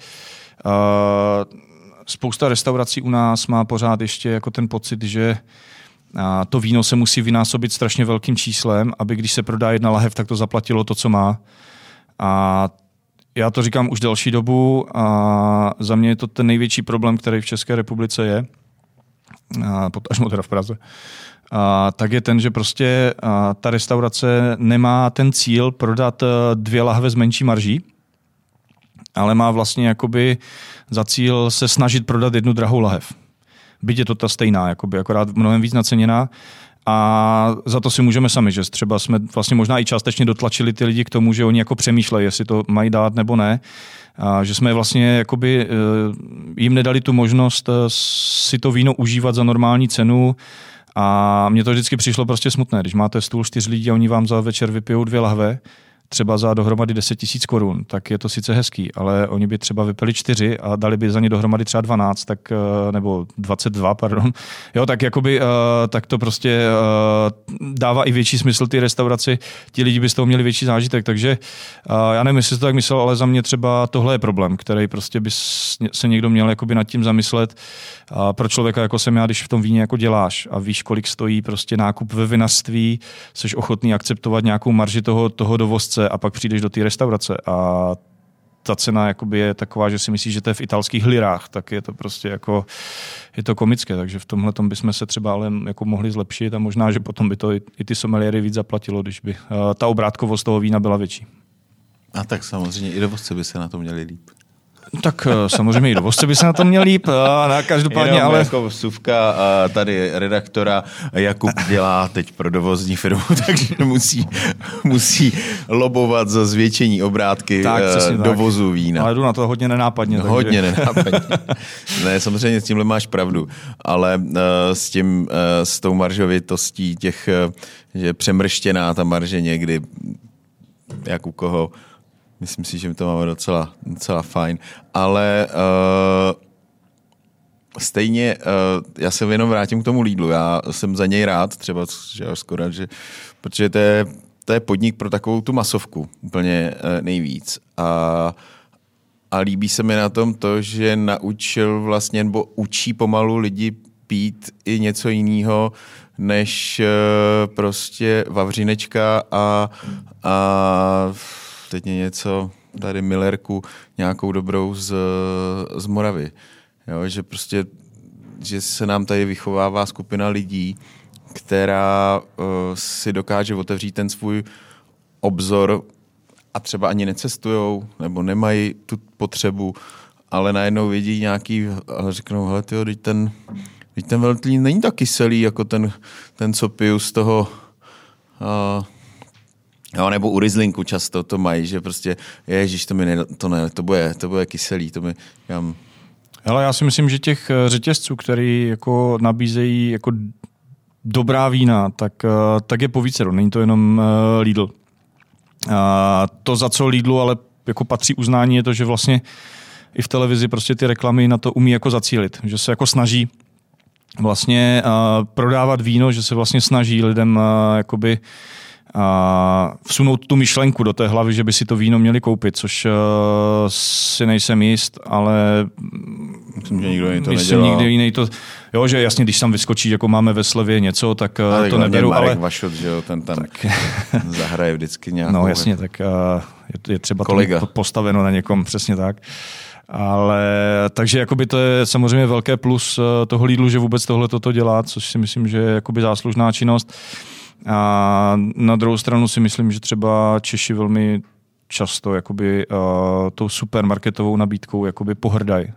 spousta restaurací u nás má pořád ještě jako ten pocit, že to víno se musí vynásobit strašně velkým číslem, aby když se prodá jedna lahev, tak to zaplatilo to, co má. A já to říkám už delší dobu a za mě je to ten největší problém, který v České republice je. potažmo teda v Praze, tak je ten, že prostě ta restaurace nemá ten cíl prodat 2 lahve s menší marží, ale má vlastně jakoby za cíl se snažit prodat 1 drahou lahev. Byť je to ta stejná, jakoby, akorát mnohem víc naceněná. A za to si můžeme sami, že třeba jsme vlastně možná i částečně dotlačili ty lidi k tomu, že oni jako přemýšlejí, jestli to mají dát nebo ne. A že jsme vlastně jakoby jim nedali tu možnost si to víno užívat za normální cenu. A mně to vždycky přišlo prostě smutné, když máte stůl 4 lidí a oni vám za večer vypijou 2 lahve, třeba za dohromady 10 000 korun, tak je to sice hezký, ale oni by třeba vypili 4 a dali by za ně dohromady třeba 12, tak, nebo 22, pardon. Jo, tak jakoby, tak to prostě dává i větší smysl ty restauraci, ti lidi by z toho měli větší zážitek, takže já nevím, jestli to tak myslel, ale za mě třeba tohle je problém, který prostě by se někdo měl jakoby nad tím zamyslet. Pro člověka, jako jsem já, když v tom víně jako děláš a víš, kolik stojí prostě nákup ve vinařství, jsi ochotný akceptovat nějakou marži toho dovozce a pak přijdeš do té restaurace a ta cena jakoby je taková, že si myslíš, že to je v italských lirách, tak je to prostě jako, je to komické, takže v tomhletom bychom se třeba ale jako mohli zlepšit a možná, že potom by to i ty someliéry víc zaplatilo, když by ta obrátkovost toho vína byla větší. A tak samozřejmě i dovozci by se na to měli líp. Tak samozřejmě i dovozce by se na to měl líp, každopádně, ale... Jako vsuvka tady redaktora Jakub dělá teď pro dovozní firmu, takže musí lobovat za zvětšení obrátky dovozu vína. Ale jdu na to hodně nenápadně. Hodně nenápadně. Ne, samozřejmě s tímhle máš pravdu, ale s tou maržovitostí těch, že přemrštěná ta marže někdy, jak u koho. Myslím si, že my to máme docela fajn. Ale stejně, já se jenom vrátím k tomu Lidlu. Já jsem za něj rád, třeba skoro, protože to je podnik pro takovou tu masovku úplně nejvíc. A líbí se mi na tom to, že naučil vlastně, nebo učí pomalu lidi pít i něco jiného, než prostě vavřínečka a teď něco, tady Millerku, nějakou dobrou z Moravy. Jo, že prostě, že se nám tady vychovává skupina lidí, která si dokáže otevřít ten svůj obzor a třeba ani necestujou, nebo nemají tu potřebu, ale najednou vidí nějaký, ale řeknou, hele tyjo, teď ten Veltlín není tak kyselý, jako ten co piju z toho jo, nebo u Rieslinku často to mají, že prostě, ježiš, to bude kyselý, to mi říkám. Hele, já si myslím, že těch řetězců, který jako nabízejí jako dobrá vína, tak je povícero, není to jenom Lidl. To, za co Lidlu ale jako patří uznání, je to, že vlastně i v televizi prostě ty reklamy na to umí jako zacílit, že se jako snaží vlastně prodávat víno, že se vlastně snaží lidem jakoby vsunout tu myšlenku do té hlavy, že by si to víno měli koupit, což si nejsem jist, ale myslím, že nikdo jiný to nedělá. Nikdy jiný to, jo, že jasně, když tam vyskočí, jako máme ve slevě něco, tak to neberu, ale... Marek Vašot, že jo, ten tam zahraje vždycky nějakou... No jasně, tak je třeba to postaveno na někom, přesně tak. Ale takže jakoby to je samozřejmě velké plus toho Lidlu, že vůbec tohle toto dělá, což si myslím, že je jakoby záslužná činnost. A na druhou stranu si myslím, že třeba Češi velmi často jakoby, tou supermarketovou nabídkou jakoby pohrdají.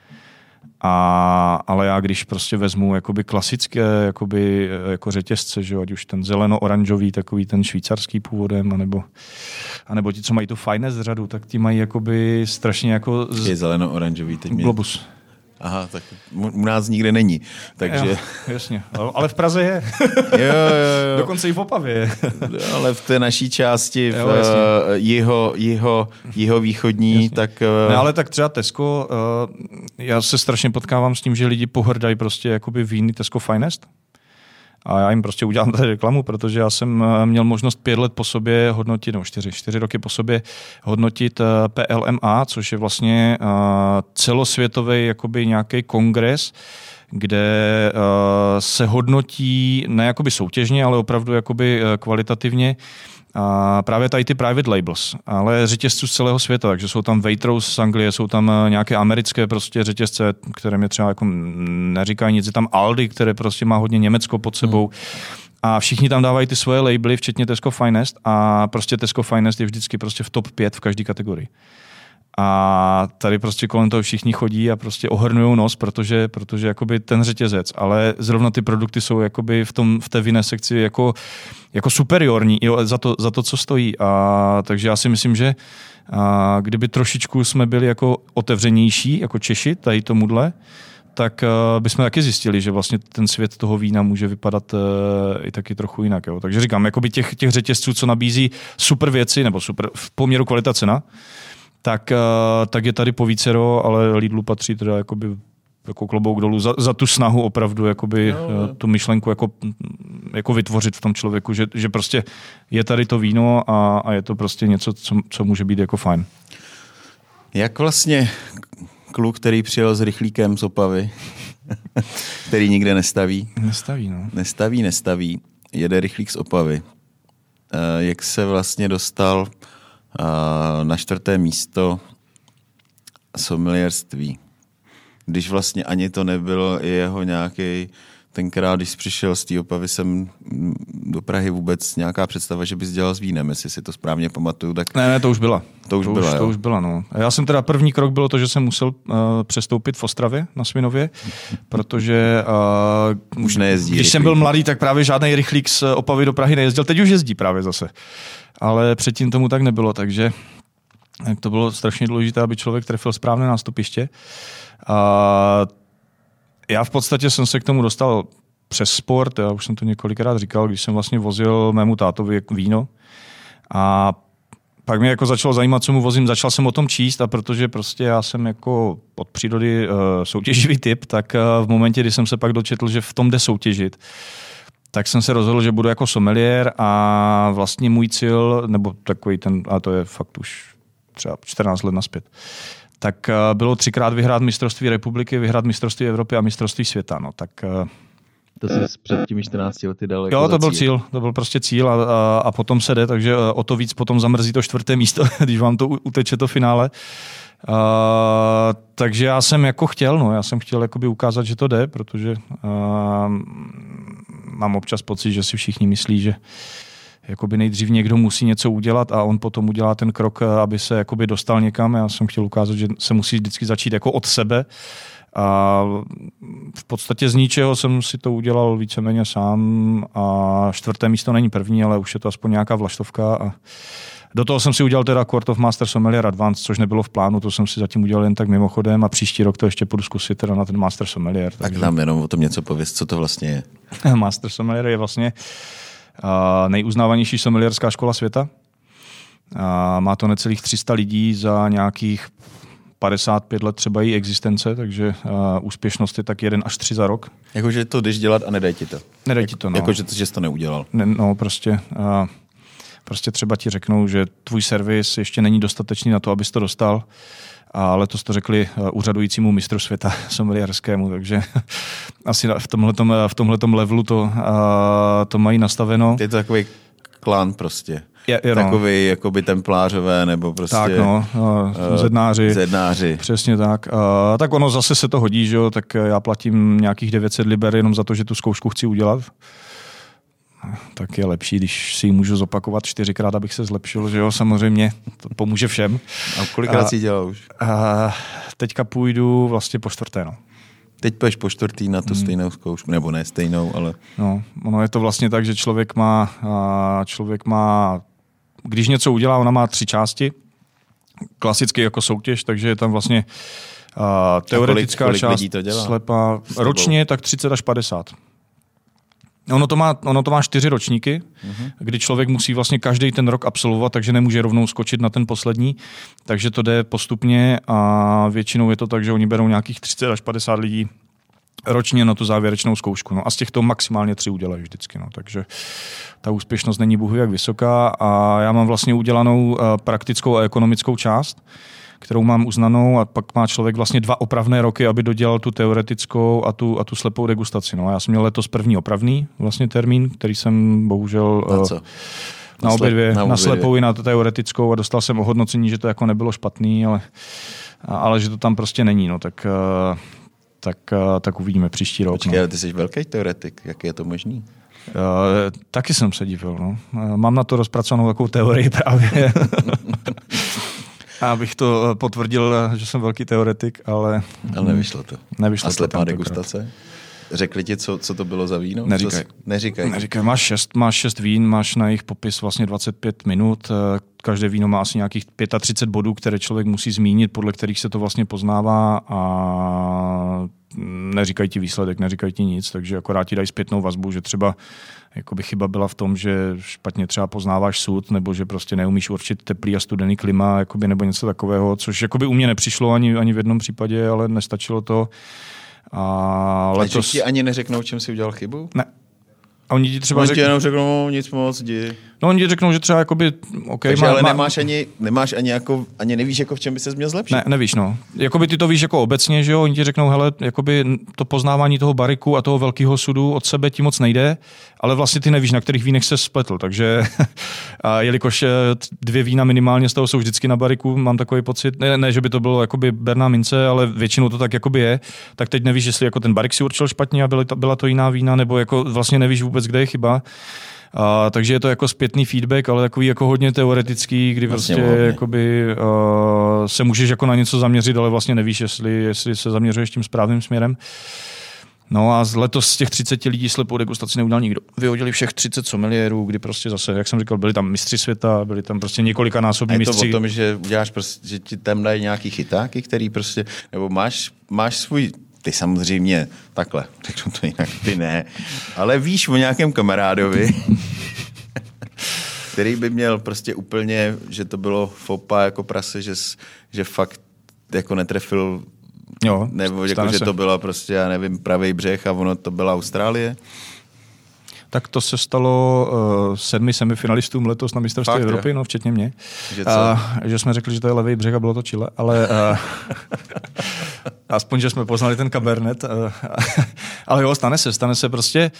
Ale já když prostě vezmu jakoby klasické jakoby, jako řetězce, že ať už ten zeleno-oranžový, takový ten švýcarský původem, anebo ti, co mají tu Finest řadu, tak ti mají jakoby strašně jako... Je zeleno-oranžový teď Globus. Aha, tak u nás nikde není, takže... Jo, jasně, ale v Praze je. Jo. Dokonce i v Opavě je. Ale v té naší části, jeho východní, jasně. Tak... Ne, ale tak třeba Tesco, já se strašně potkávám s tím, že lidi pohrdají prostě jakoby víny Tesco Finest. A já jim prostě udělám tady reklamu, protože já jsem měl možnost 5 let po sobě hodnotit, no 4 roky po sobě hodnotit PLMA, což je vlastně celosvětový jakoby nějaký kongres, kde se hodnotí ne jakoby soutěžně, ale opravdu jakoby kvalitativně a právě tady ty private labels, ale řetězců z celého světa, takže jsou tam Waitrose z Anglie, jsou tam nějaké americké prostě řetězce, které mě třeba jako neříkají nic, je tam Aldi, které prostě má hodně Německo pod sebou. A všichni tam dávají ty svoje labely, včetně Tesco Finest a prostě Tesco Finest je vždycky prostě v top 5 v každé kategorii. A tady prostě kolem toho všichni chodí a prostě ohrnujou nos, protože jakoby ten řetězec, ale zrovna ty produkty jsou jakoby v té vinné sekci jako superiorní za to, co stojí. A takže já si myslím, že kdyby trošičku jsme byli jako otevřenější, jako Češi, tady tomuhle, tak bychom taky zjistili, že vlastně ten svět toho vína může vypadat i taky trochu jinak. Jo. Takže říkám, jakoby těch řetězců, co nabízí super věci, nebo super v poměru kvalita cena, tak je tady povícero, ale Lidlu patří teda jako klobouk dolů za tu snahu opravdu jakoby, tu myšlenku jako vytvořit v tom člověku, že prostě je tady to víno a je to prostě něco, co může být jako fajn. Jak vlastně kluk, který přijel s rychlíkem z Opavy, který nikde nestaví. Nestaví. Jede rychlík z Opavy. Jak se vlastně dostal na 4. místo sommelierství. Když vlastně ani to nebyl jeho nějaký, tenkrát, když přišel z té Opavy sem do Prahy vůbec nějaká představa, že bys dělal s vínem, jestli si to správně pamatuju. Tak... Ne, to už byla. To už byla, no. A já jsem teda první krok bylo to, že jsem musel přestoupit v Ostravě na Svinově, protože už nejezdí. Když jsem byl mladý, tak právě žádný rychlík z Opavy do Prahy nejezdil. Teď už jezdí právě zase. Ale předtím tomu tak nebylo, takže to bylo strašně důležité, aby člověk trefil správné nástupiště. Já v podstatě jsem se k tomu dostal přes sport, já už jsem to několikrát říkal, když jsem vlastně vozil mému tátovi víno a pak mě jako začalo zajímat, co mu vozím, začal jsem o tom číst a protože prostě já jsem jako od přírody soutěživý typ, tak v momentě, kdy jsem se pak dočetl, že v tom jde soutěžit, tak jsem se rozhodl, že budu jako sommelier a vlastně můj cíl, nebo takový ten, a to je fakt už třeba 14 let nazpět, tak bylo 3krát vyhrát mistrovství republiky, vyhrát mistrovství Evropy a mistrovství světa. No, tak, to jsi před těmi 14 lety dal jako jo, to byl cíl, to byl prostě cíl a potom se jde, takže o to víc potom zamrzí to 4. místo, když vám to uteče to finále. Takže já jsem jako chtěl, já jsem chtěl jakoby ukázat, že to jde, protože mám občas pocit, že si všichni myslí, že jakoby nejdřív někdo musí něco udělat a on potom udělá ten krok, aby se jakoby dostal někam. Já jsem chtěl ukázat, že se musí vždycky začít jako od sebe. A v podstatě z ničeho jsem si to udělal víceméně sám a 4. místo není první, ale už je to aspoň nějaká vlaštovka. A do toho jsem si udělal teda Court of Master Sommelier Advanced, což nebylo v plánu, to jsem si zatím udělal jen tak mimochodem a příští rok to ještě půjdu zkusit teda na ten Master Sommelier. Tak nám jenom o tom něco pověz, co to vlastně je. Master Sommelier je vlastně nejuznávanější sommelierská škola světa. Má to necelých 300 lidí za nějakých 55 let třeba její existence, takže úspěšnost je tak 1 až 3 za rok. Jakože to jdeš dělat a nedej ti to. Nedej ti to, no. Jakože jsi to neudělal. No, prostě třeba ti řeknou, že tvůj servis ještě není dostatečný na to, abys to dostal. A letos to řekli úřadujícímu mistru světa sommelierskému, takže asi v tomhletom levelu to mají nastaveno. Je to takový klán prostě. Je, takový jakoby templářové nebo prostě tak zednáři. Přesně tak. Tak ono zase se to hodí, že jo, tak já platím nějakých 900 liber jenom za to, že tu zkoušku chci udělat. Tak je lepší, když si ji můžu zopakovat 4krát, abych se zlepšil, že jo, samozřejmě, to pomůže všem. A kolikrát jsi dělal už? Teďka půjdu vlastně po 4. No. Teď půjdeš po 4. na tu stejnou zkoušku, nebo ne stejnou, ale... No, ono je to vlastně tak, že člověk má, když něco udělá, ona má 3 části, klasicky jako soutěž, takže je tam vlastně teoretická kolik část lidí to dělá? Slepá. Ročně tak 30 až 50. Ono to má 4 ročníky, kdy člověk musí vlastně každý ten rok absolvovat, takže nemůže rovnou skočit na ten poslední, takže to jde postupně a většinou je to tak, že oni berou nějakých 30 až 50 lidí ročně na tu závěrečnou zkoušku. No a z těchto maximálně 3 udělají vždycky. No. Takže ta úspěšnost není bůh jak vysoká a já mám vlastně udělanou praktickou a ekonomickou část, kterou mám uznanou, a pak má člověk vlastně 2 opravné roky, aby dodělal tu teoretickou a tu slepou degustaci. No, já jsem měl letos první opravný vlastně termín, který jsem bohužel... Na co? Na obě dvě, na slepou i na teoretickou, a dostal jsem ohodnocení, že to jako nebylo špatný, ale že to tam prostě není, no, tak uvidíme příští rok. Počkej, ale ty jsi velký teoretik, jak je to možný? Taky jsem se divil, no. Mám na to rozpracovanou takovou teorii právě. Abych to potvrdil, že jsem velký teoretik, ale nevyšlo to. Nevyšlo a slepá to degustace? Řekli ti, co to bylo za víno? Neříkaj. Máš 6 vín, máš na jejich popis vlastně 25 minut. Každé víno má asi nějakých 35 bodů, které člověk musí zmínit, podle kterých se to vlastně poznává, a neříkají ti výsledek, neříkají ti nic, takže akorát ti dají zpětnou vazbu, že třeba jakoby chyba byla v tom, že špatně třeba poznáváš sud, nebo že prostě neumíš určit teplý a studený klima, jakoby, nebo něco takového, což jakoby u mě nepřišlo ani v jednom případě, ale nestačilo to. A letos... ti ani neřeknou, čem jsi udělal chybu? Ne. A oni ti třeba jenom řeknou, nic moc, jdi. No, oni ti řeknou, že třeba jakoby... Okay, takže ale nemáš ani jako, ani nevíš, jako v čem by ses měl zlepšit. Ne, nevíš, no. Jakoby ty to víš jako obecně, že jo, oni ti řeknou, hele, jakoby to poznávání toho bariku a toho velkého sudu od sebe ti moc nejde, ale vlastně ty nevíš, na kterých vínech se spletl, takže a jelikož 2 vína minimálně z toho jsou vždycky na bariku, mám takový pocit, ne, že by to bylo jakoby berná mince, ale většinou to tak jakoby je, tak teď nevíš, jestli jako ten barik si určil špatně a byla to jiná vína, nebo jako vlastně nevíš vůbec, kde je chyba. Takže je to jako zpětný feedback, ale takový jako hodně teoretický, kdy vlastně jakoby, se můžeš jako na něco zaměřit, ale vlastně nevíš, jestli se zaměřuješ tím správným směrem. No a letos z těch 30 lidí slepou degustaci neudělal nikdo. Vyhodili všech 30 someliérů, kdy prostě zase, jak jsem říkal, byli tam mistři světa, byli tam prostě několikanásobní mistři. Je to o tom, že uděláš prostě, že ti tam dají nějaký chytáky, který prostě, nebo máš svůj... Ty samozřejmě, takhle, řeknu to jinak, ty ne, ale víš o nějakém kamarádovi, který by měl prostě úplně, že to bylo fopa jako prase, že fakt jako netrefil, jo, nebo jako, že to byla prostě, já nevím, pravý břeh a ono to byla Austrálie. Tak to se stalo 7 semifinalistům letos na mistrovství Evropy, no, včetně mě. Že jsme řekli, že to je levý břeh a bylo to Chile, ale aspoň, že jsme poznali ten Cabernet. Ale jo, stane se prostě.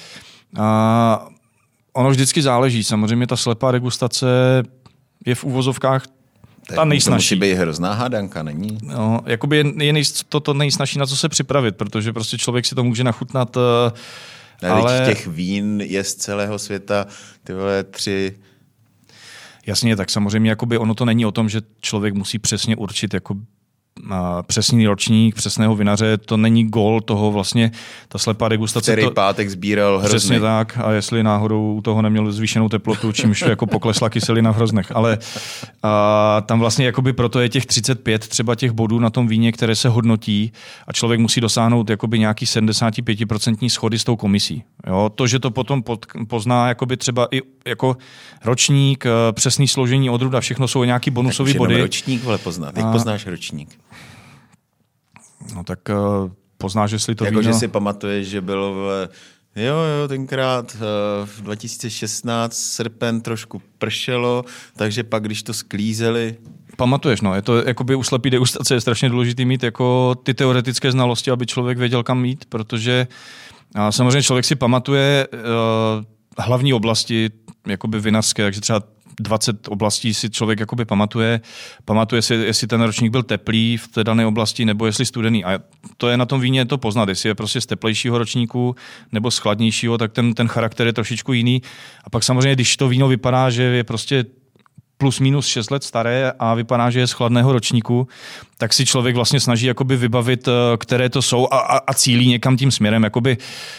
Ono vždycky záleží. Samozřejmě ta slepá degustace je v uvozovkách ta nejsnažší. To musí být hrozná hádanka, není? No, jakoby je to nejsnažší, na co se připravit, protože prostě člověk si to může nachutnat. Ale těch vín je z celého světa, ty vole 3. Jasně, tak samozřejmě jakoby ono to není o tom, že člověk musí přesně určit jako přesný ročník, přesného vinaře, to není gól toho vlastně, ta slepá degustace. Který pátek sbíral hrozny. Přesně tak, a jestli náhodou u toho neměl zvýšenou teplotu, čímž jako poklesla kyselina v hroznech. Ale tam vlastně jakoby proto je těch 35 třeba těch bodů na tom víně, které se hodnotí, a člověk musí dosáhnout jakoby nějaký 75% schody s tou komisí. Jo? To, že to potom pozná jakoby třeba i jako ročník, přesný složení odrůd, všechno jsou nějaký bonusové body. Ročník vole poznat. Jak poznáš ročník? No tak poznáš, jestli to jako, víno... že si pamatuješ, že bylo jo, tenkrát v 2016 srpen trošku pršelo, takže pak, když to sklízeli... Pamatuješ, no, je to jakoby u slepý degustace je strašně důležitý mít jako ty teoretické znalosti, aby člověk věděl, kam jít, protože samozřejmě člověk si pamatuje hlavní oblasti jakoby vinařské, takže třeba 20 oblastí si člověk jakoby pamatuje si, jestli ten ročník byl teplý v té dané oblasti, nebo jestli studený. A to je na tom víně to poznat, jestli je prostě z teplejšího ročníku nebo z chladnějšího, tak ten charakter je trošičku jiný. A pak samozřejmě, když to víno vypadá, že je prostě plus minus 6 let staré a vypadá, že je z chladného ročníku, tak si člověk vlastně snaží jakoby vybavit, které to jsou, a cílí někam tím směrem. Jakoby,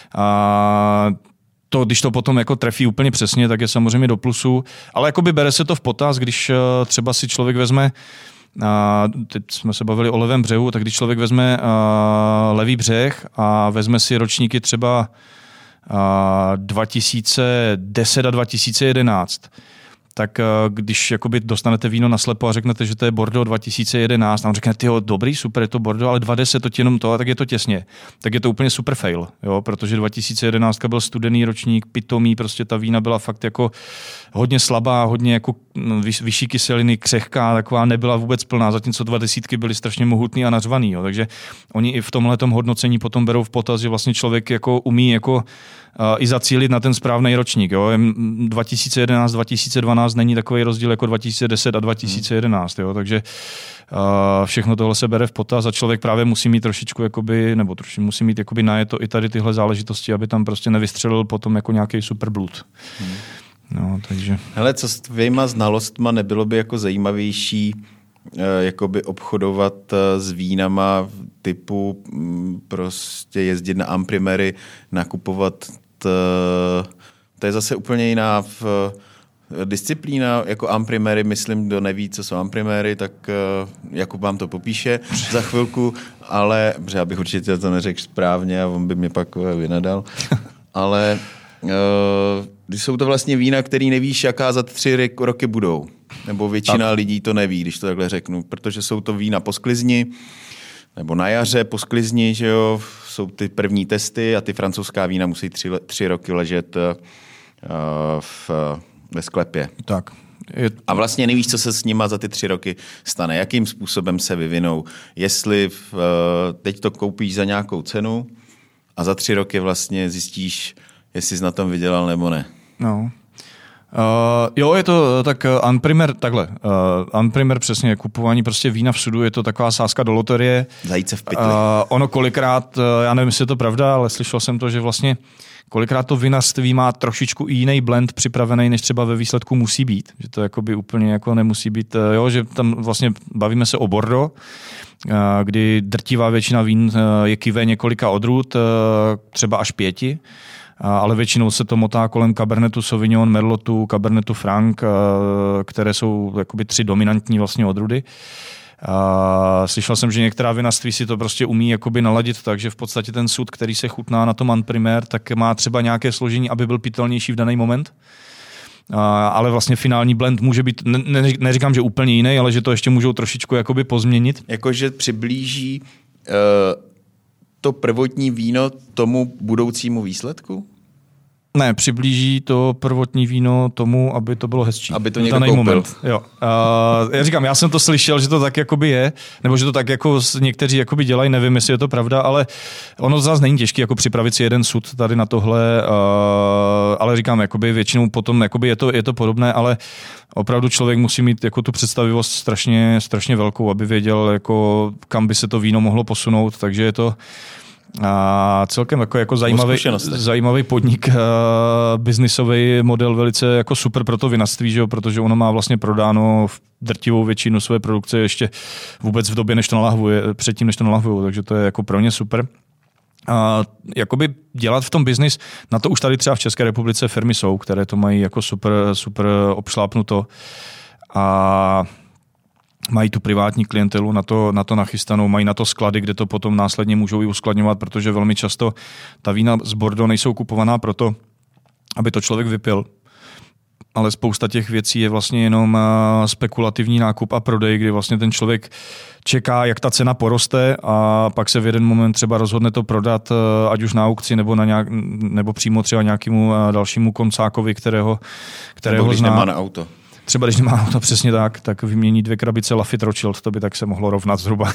to, když to potom jako trefí úplně přesně, tak je samozřejmě do plusu, ale jakoby bere se to v potaz, když třeba si člověk vezme, teď jsme se bavili o levém břehu, tak když člověk vezme levý břeh a vezme si ročníky třeba 2010 a 2011, tak když jakoby dostanete víno na slepo a řeknete, že to je Bordeaux 2011, a on řekne, tyjo, dobrý, super, je to Bordeaux, ale 2010 to jenom to, a tak je to těsně. Tak je to úplně super fail, jo, protože 2011 byl studený ročník, pitomý, prostě ta vína byla fakt jako hodně slabá, hodně jako vyšší kyseliny, křehká, taková nebyla vůbec plná, zatímco 20 byly strašně mohutný a nařvaný, jo, takže oni i v tomhletom hodnocení potom berou v potaz, že vlastně člověk jako umí jako i zacílit na ten správný ročník. Jo. 2011, 2012 není takový rozdíl jako 2010 a 2011. Jo. Takže všechno tohle se bere v potaz a člověk právě musí mít trošičku jakoby, nebo trošičku musí mít jakoby najeto i tady tyhle záležitosti, aby tam prostě nevystřelil potom jako nějaký super blud. No, takže. Hele, co s tvýma znalostma nebylo by jako zajímavější jakoby obchodovat s vínama typu prostě jezdit na amprimery, nakupovat to je zase úplně jiná disciplína, jako amprimery, myslím, kdo neví, co jsou amprimery, tak Jakub vám to popíše za chvilku, ale, protože já bych určitě to neřekl správně a on by mě pak vynadal, ale když jsou to vlastně vína, který nevíš, jaká za 3 roky budou. Nebo většina lidí to neví, když to takhle řeknu, protože jsou to vína po sklizni, nebo na jaře po sklizni, že jo, jsou ty první testy a ty francouzská vína musí 3 roky ležet ve sklepě. Tak. A vlastně nevíš, co se s nima za ty 3 roky stane, jakým způsobem se vyvinou. Jestli teď to koupíš za nějakou cenu a za 3 roky vlastně zjistíš, jestli jsi na tom vydělal nebo ne. No. Jo, je to tak unprimer, takhle. Unprimer přesně, kupování prostě vína v sudu, je to taková sázka do loterie. Zajíce v pytli. Ono kolikrát, já nevím, jestli je to pravda, ale slyšel jsem to, že vlastně kolikrát to vinařství má trošičku i jiný blend připravený, než třeba ve výsledku musí být. Že to jakoby úplně jako nemusí být, jo, že tam vlastně bavíme se o Bordeaux, kdy drtivá většina vín je kyvé několika odrůd, třeba až 5, ale většinou se to motá kolem Cabernetu Sauvignon, Merlotu, Cabernetu Franc, které jsou jakoby 3 dominantní vlastně odrůdy. Slyšel jsem, že některá vinařství si to prostě umí jakoby naladit tak, že v podstatě ten sud, který se chutná na tom unprimer, tak má třeba nějaké složení, aby byl pitelnější v daný moment. Ale vlastně finální blend může být, neříkám, že úplně jiný, ale že to ještě můžou trošičku jakoby pozměnit. Jakože přiblíží to prvotní víno tomu budoucímu výsledku? Ne, přiblíží to prvotní víno tomu, aby to bylo hezčí. Aby to někdo koupil. Moment. Jo. Já říkám, já jsem to slyšel, že to tak jakoby je, nebo že to tak jako někteří jakoby dělají, nevím, jestli je to pravda, ale ono zase není těžké jako připravit si jeden sud tady na tohle, ale říkám, jakoby většinou potom jakoby je to podobné, ale opravdu člověk musí mít jako tu představivost strašně velkou, aby věděl, jako, kam by se to víno mohlo posunout, takže je to celkem jako zajímavý podnik, biznisový model, velice jako super pro to vinařství, že jo, protože ono má vlastně prodáno v drtivou většinu své produkce ještě vůbec v době, než to nalahvuje, předtím, než to nalahvují, takže to je jako pro ně super. Jakoby dělat v tom biznis, na to už tady třeba v České republice firmy jsou, které to mají jako super obšlápnuto a mají tu privátní klientelu na to nachystanou, mají na to sklady, kde to potom následně můžou i uskladňovat, protože velmi často ta vína z Bordeaux nejsou kupovaná proto, aby to člověk vypil. Ale spousta těch věcí je vlastně jenom spekulativní nákup a prodej, kdy vlastně ten člověk čeká, jak ta cena poroste a pak se v jeden moment třeba rozhodne to prodat, ať už na aukci nebo přímo třeba nějakému dalšímu koncákovi, kterého nebo když zná. Nemá na auto. Třeba když nemá auto přesně tak vymění 2 krabice Lafite Rothschild, to by tak se mohlo rovnat zhruba.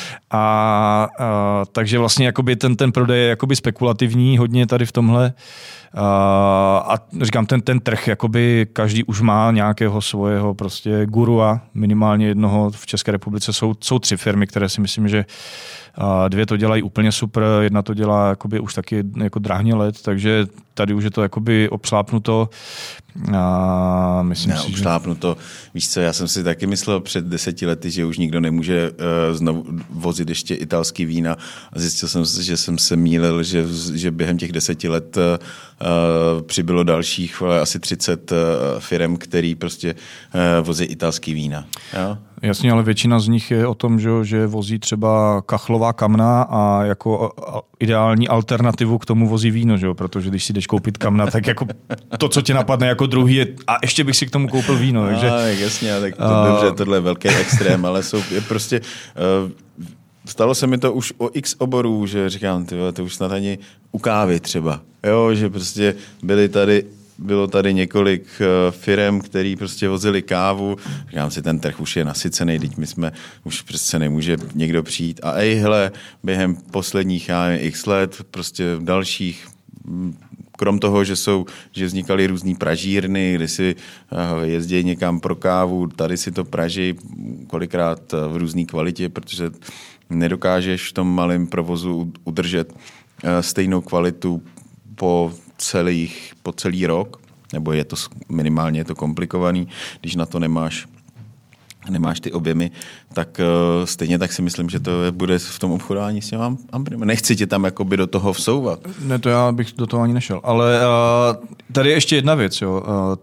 Takže vlastně jakoby ten prodej je jakoby spekulativní hodně tady v tomhle. A říkám, ten trh, jakoby každý už má nějakého svého prostě gurua, minimálně jednoho v České republice. Jsou 3 firmy, které si myslím, že 2 to dělají úplně super, 1 to dělá jakoby už taky jako dráhně let, takže tady už je to jakoby obšlápnuto. Myslím si, obšlápnuto. Víš co, já jsem si taky myslel před 10 lety, že už nikdo nemůže znovu vozit ještě italský vína a zjistil jsem si, že jsem se mýlil, že během těch 10 let přibylo bylo dalších asi 30 firem, který prostě vozí italský vína. Jo? Jasně, ale většina z nich je o tom, že vozí třeba kachlová kamna a jako ideální alternativu k tomu vozí víno, že jo? Protože když si jdeš koupit kamna, tak jako to, co tě napadne jako druhý je, a ještě bych si k tomu koupil víno. Takže, jasně, tak dobře, tohle je velký extrém, ale je prostě... Stalo se mi to už o x oborů, že říkám, to už snad ani u kávy třeba. Jo, že prostě bylo tady několik firem, který prostě vozili kávu. Říkám si, ten trh už je nasycený, teď my jsme, už prostě nemůže někdo přijít. A hele, během posledních x let, prostě dalších, krom toho, že vznikaly různý pražírny, kdy si jezdí někam pro kávu, tady si to praží kolikrát v různé kvalitě, protože nedokážeš v tom malém provozu udržet stejnou kvalitu po celý rok, nebo je to minimálně komplikovaný, když na to nemáš ty objemy, tak stejně tak si myslím, že to bude v tom obchodování s těma ambremi. Nechci tě tam jakoby do toho vsouvat. Ne, to já bych do toho ani nešel. Ale tady je ještě jedna věc. Jo.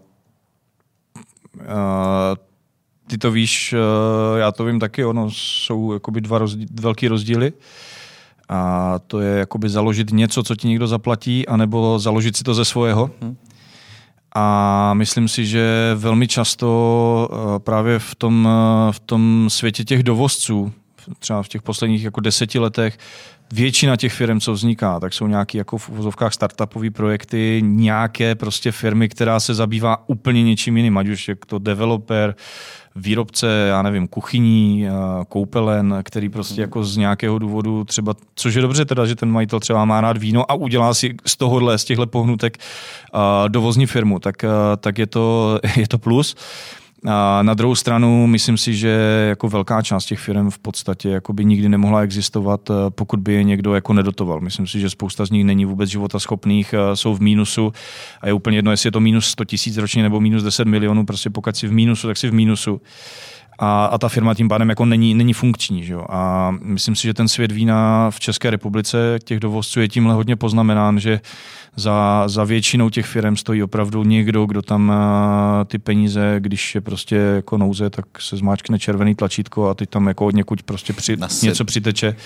Ty to víš, já to vím taky, jsou jakoby dva velký rozdíly. A to je jakoby založit něco, co ti někdo zaplatí, anebo založit si to ze svého. A myslím si, že velmi často právě v tom světě těch dovozců, třeba v těch posledních jako 10 letech, většina těch firm, co vzniká, tak jsou nějaké jako v uvozovkách startupové projekty, nějaké prostě firmy, která se zabývá úplně něčím jiným, ať už je to developer, výrobce, já nevím, kuchyní, koupelen, který prostě jako z nějakého důvodu třeba, což je dobře teda, že ten majitel třeba má rád víno a udělá si z těchto pohnutek dovozní firmu, tak je to plus. A na druhou stranu myslím si, že jako velká část těch firm v podstatě jako by nikdy nemohla existovat, pokud by je někdo jako nedotoval. Myslím si, že spousta z nich není vůbec životaschopných, jsou v mínusu a je úplně jedno, jestli je to minus 100 000 ročně nebo minus 10 milionů, prostě pokud si v mínusu, tak si v mínusu. A ta firma tím pádem jako není funkční. Že jo? A myslím si, že ten svět vína v České republice těch dovozců je tímhle hodně poznamenán, že za většinou těch firm stojí opravdu někdo, kdo tam ty peníze, když je prostě jako nouze, tak se zmáčkne červený tlačítko a teď tam jako od někud prostě něco přiteče.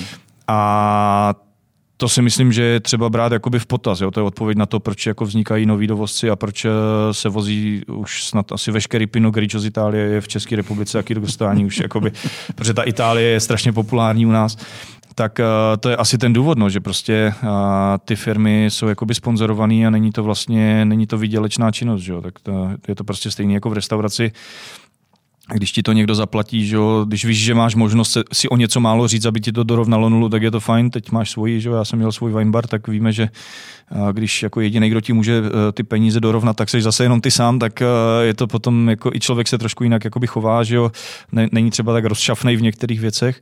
A to si myslím, že je třeba brát jakoby v potaz. Jo? To je odpověď na to, proč jako vznikají noví dovozci a proč se vozí už snad asi veškerý Pinot Grigio z Itálie je v České republice taky dostání už jakoby, protože ta Itálie je strašně populární u nás. Tak to je asi ten důvod, že prostě ty firmy jsou jakoby sponzorovaný a není to výdělečná činnost. Že? Tak je to prostě stejné jako v restauraci. Když ti to někdo zaplatí, že když víš, že máš možnost si o něco málo říct, aby ti to dorovnalo nulu, tak je to fajn. Teď máš svoji, že já jsem měl svůj wine bar, tak víme, že když jako jediný, kdo ti může ty peníze dorovnat, tak jsi zase jenom ty sám, tak je to potom jako i člověk se trošku jinak jakoby chová, že jo, není třeba tak rozšafnej v některých věcech.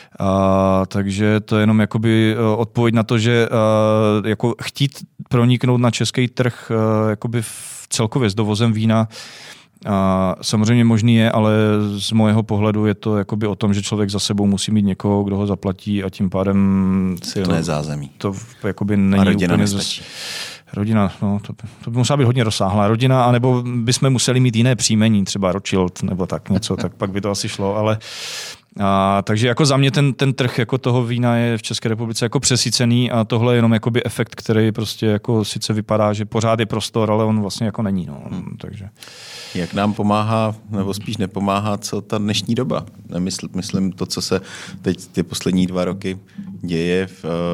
Takže to je jenom jakoby odpověď na to, že jako chtít proniknout na český trh jakoby celkově s dovozem vína, samozřejmě možný je, ale z mého pohledu je to jakoby o tom, že člověk za sebou musí mít někoho, kdo ho zaplatí a tím pádem silné zázemí. To jakoby není rodina úplně nestačí. Rodina, no, to by musela být hodně rozsáhlá rodina, anebo bychom museli mít jiné příjmení, třeba Rothschild nebo tak něco, tak pak by to asi šlo, ale takže jako za mě ten trh jako toho vína je v České republice jako přesycený a tohle je jenom jakoby efekt, který prostě jako sice vypadá, že pořád je prostor, ale on vlastně jako není. No. Takže. Jak nám pomáhá, nebo spíš nepomáhá, co ta dnešní doba? Myslím to, co se teď ty poslední 2 roky děje,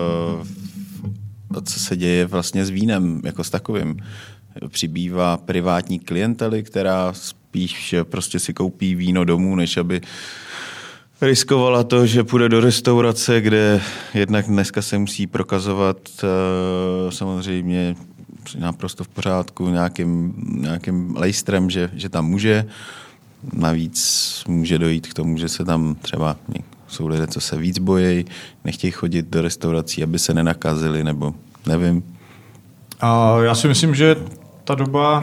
co se děje vlastně s vínem jako s takovým. Přibývá privátní klientely, která spíš prostě si koupí víno domů, než aby riskovala to, že půjde do restaurace, kde jednak dneska se musí prokazovat samozřejmě naprosto v pořádku nějakým lejstrem, že tam může. Navíc může dojít k tomu, že se tam třeba jsou lidé, co se víc bojí, nechtějí chodit do restaurací, aby se nenakazili, nebo nevím. Já si myslím, že ta doba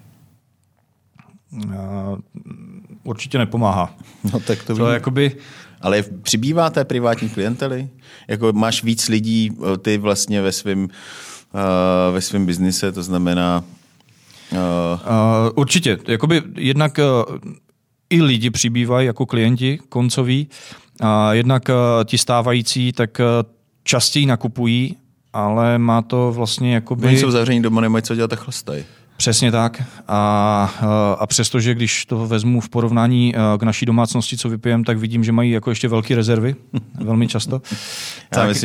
určitě nepomáhá. No tak to jakoby. Ale přibývá té privátní klientely? Jako máš víc lidí, ty vlastně ve svém ve svém biznise, to znamená... Určitě, jakoby jednak i lidi přibývají jako klienti koncoví, jednak ti stávající tak častěji nakupují, ale má to vlastně jakoby... Oni jsou zavření doma, nemají co dělat a chlastají. Přesně tak. A přestože, když to vezmu v porovnání k naší domácnosti, co vypijem, tak vidím, že mají jako ještě velké rezervy, velmi často. Já myslím,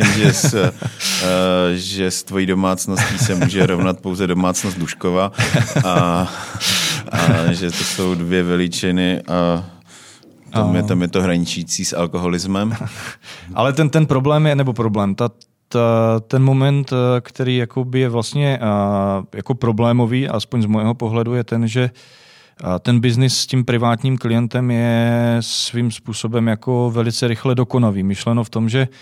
že s tvojí domácností se může rovnat pouze domácnost Duškova a že to jsou dvě veličiny a tam je to hraničící s alkoholismem. Ale ten problém je, nebo problém, ten moment, který jakoby je vlastně jako problémový, aspoň z mého pohledu, je ten, že ten biznis s tím privátním klientem je svým způsobem jako velice rychle dokonavý. Myšleno v tom, že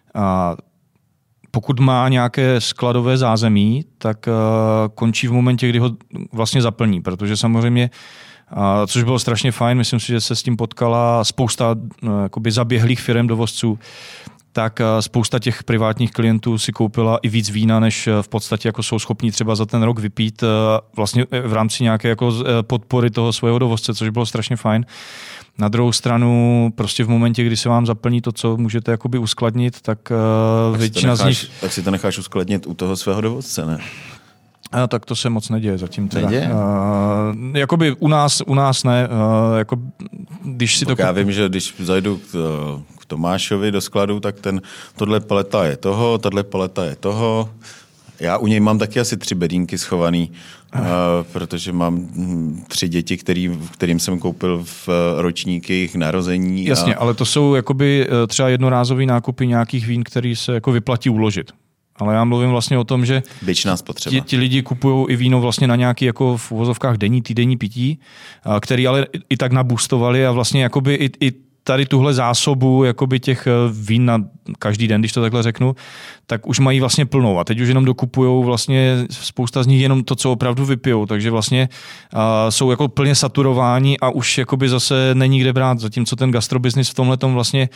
pokud má nějaké skladové zázemí, tak končí v momentě, kdy ho vlastně zaplní, protože samozřejmě což bylo strašně fajn, myslím si, že se s tím potkala spousta jakoby zaběhlých firem dovozců, tak spousta těch privátních klientů si koupila i víc vína, než v podstatě jako jsou schopní třeba za ten rok vypít vlastně v rámci nějaké jako podpory toho svého dovozce, což bylo strašně fajn. Na druhou stranu, prostě v momentě, kdy se vám zaplní to, co můžete jakoby uskladnit, tak většina z nich... Tak si to necháš uskladnit u toho svého dovozce, ne? Tak to se moc neděje zatím teda. Jakoby u nás ne. Jako, když si já vím, že když zajdu k Tomášovi do skladu, tak tohle paleta je toho, tahle paleta je toho. Já u něj mám taky asi 3 bedínky schovaný, protože mám 3 děti, kterým jsem koupil v ročníky jejich narození. Jasně, ale to jsou jakoby třeba jednorázový nákupy nějakých vín, který se jako vyplatí uložit. Ale já mluvím vlastně o tom, že ti lidi kupují i víno vlastně na nějaký jako v uvozovkách týdenní pití, který ale i tak nabustovali a vlastně jakoby i tady tuhle zásobu jakoby těch vín na každý den, když to takhle řeknu, tak už mají vlastně plnou a teď už jenom dokupujou vlastně spousta z nich jenom to, co opravdu vypijou, takže vlastně jsou jako plně saturováni a už jakoby zase není kde brát, zatímco ten gastrobiznis v tomhletom vlastně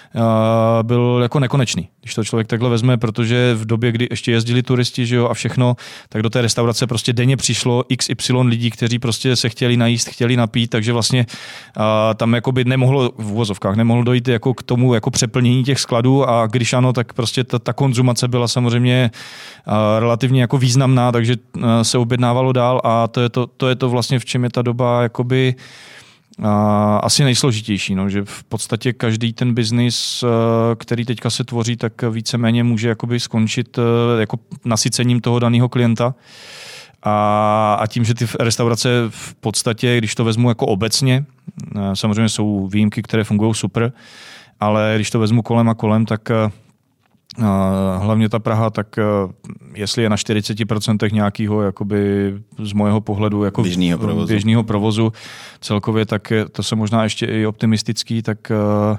byl jako nekonečný, když to člověk takhle vezme, protože v době, kdy ještě jezdili turisti, že jo, a všechno, tak do té restaurace prostě denně přišlo XY lidí, kteří prostě se chtěli najíst, chtěli napít, takže vlastně tam jakoby nemohlo v uvozovkách dojít jako k tomu jako přeplnění těch skladů a když ano, tak prostě ta konzumace byla samozřejmě relativně jako významná, takže se objednávalo dál a to je to vlastně, v čem je ta doba jakoby asi nejsložitější, no, že v podstatě každý ten biznis, který teďka se tvoří, tak víceméně může jakoby skončit jako nasycením toho daného klienta. A tím, že ty restaurace v podstatě, když to vezmu jako obecně, samozřejmě jsou výjimky, které fungují super, ale když to vezmu kolem a kolem, tak hlavně ta Praha, tak jestli je na 40% nějakého jakoby z mojeho pohledu jako běžného provozu celkově, tak to se možná ještě i optimistický, tak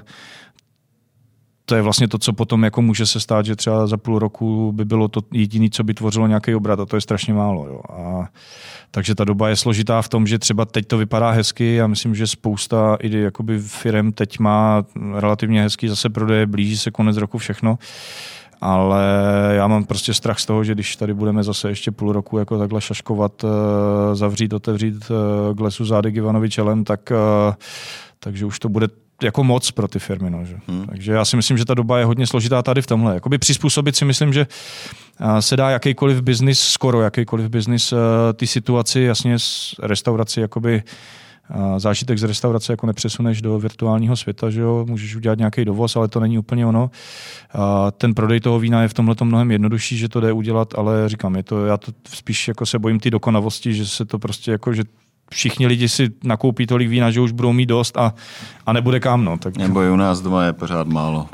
to je vlastně to, co potom jako může se stát, že třeba za půl roku by bylo to jediné, co by tvořilo nějaký obrat a to je strašně málo. Jo. Takže ta doba je složitá v tom, že třeba teď to vypadá hezky a myslím, že spousta i jakoby firem teď má relativně hezký zase prodeje, blíží se konec roku všechno, ale já mám prostě strach z toho, že když tady budeme zase ještě půl roku jako takhle šaškovat, zavřít, otevřít k lesu zádek Ivanovičelem, takže už to bude jako moc pro ty firmy. No, že? Takže já si myslím, že ta doba je hodně složitá tady v tomhle. Jakoby přizpůsobit si myslím, že se dá skoro jakýkoliv biznis ty situaci, jasně z restauraci, jakoby zážitek z restaurace jako nepřesuneš do virtuálního světa, že jo, můžeš udělat nějaký dovoz, ale to není úplně ono. Ten prodej toho vína je v tomhle mnohem jednodušší, že to jde udělat, ale říkám, já to spíš jako se bojím ty dokonavosti, že se to prostě jako, že všichni lidi si nakoupí tolik vína, že už budou mít dost a nebude kam. No, tak... Nebo i u nás doma je pořád málo.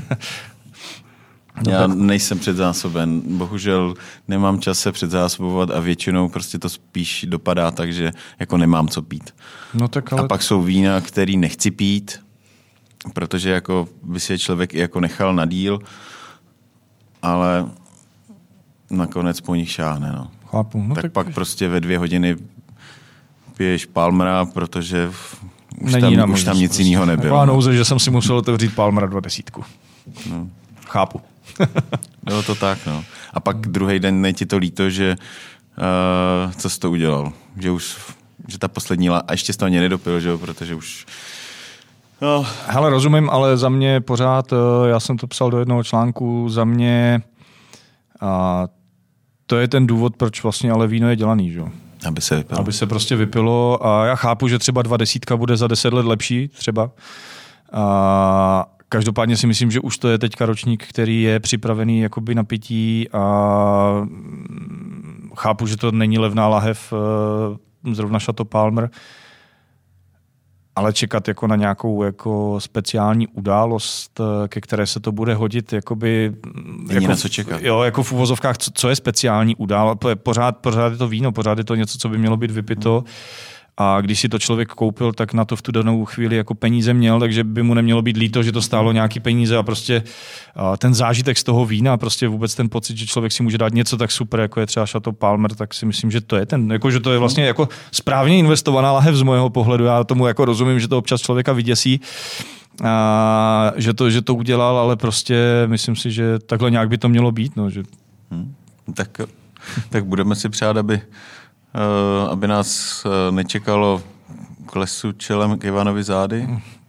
Já nejsem předzásoben, bohužel nemám čas se předzásobovat a většinou prostě to spíš dopadá tak, že jako nemám co pít. No tak ale... A pak jsou vína, který nechci pít, protože jako by si je člověk jako nechal na díl, ale nakonec po nich šáhne. No. Chápu. No tak pak prostě ve 2 hodiny piješ Palmera, protože už tam nic jiného nebylo. Taková nouze, že jsem si musel otevřít Palmera 20. No. Chápu. Bylo to tak, no. A pak druhý den je ti to líto, že co jsi to udělal. Že ta poslední a ještě jsi to ani nedopil, že jo, protože už... No. Hele, rozumím, ale za mě pořád, já jsem to psal do jednoho článku, za mě to je ten důvod, proč vlastně ale víno je dělaný, že jo. Aby se prostě vypilo a já chápu, že třeba 20 bude za 10 let lepší třeba. A každopádně si myslím, že už to je teďka ročník, který je připravený jakoby na pití a chápu, že to není levná lahev, zrovna Chateau Palmer, ale čekat jako na nějakou jako speciální událost, ke které se to bude hodit, jakoby... Není na co čekat. Jo, jako v uvozovkách, co je speciální událost? Pořád je to víno, pořád je to něco, co by mělo být vypito. A když si to člověk koupil, tak na to v tu danou chvíli jako peníze měl, takže by mu nemělo být líto, že to stálo nějaký peníze a prostě ten zážitek z toho vína, prostě vůbec ten pocit, že člověk si může dát něco tak super, jako je třeba Chateau Palmer, tak si myslím, že to je že to je vlastně jako správně investovaná lahev z mého pohledu. Já tomu jako rozumím, že to občas člověka vyděsí, že to udělal, ale prostě myslím si, že takhle nějak by to mělo být. No, že... Tak budeme si přát, aby nás nečekalo k lesu čelem k Ivanovi zády,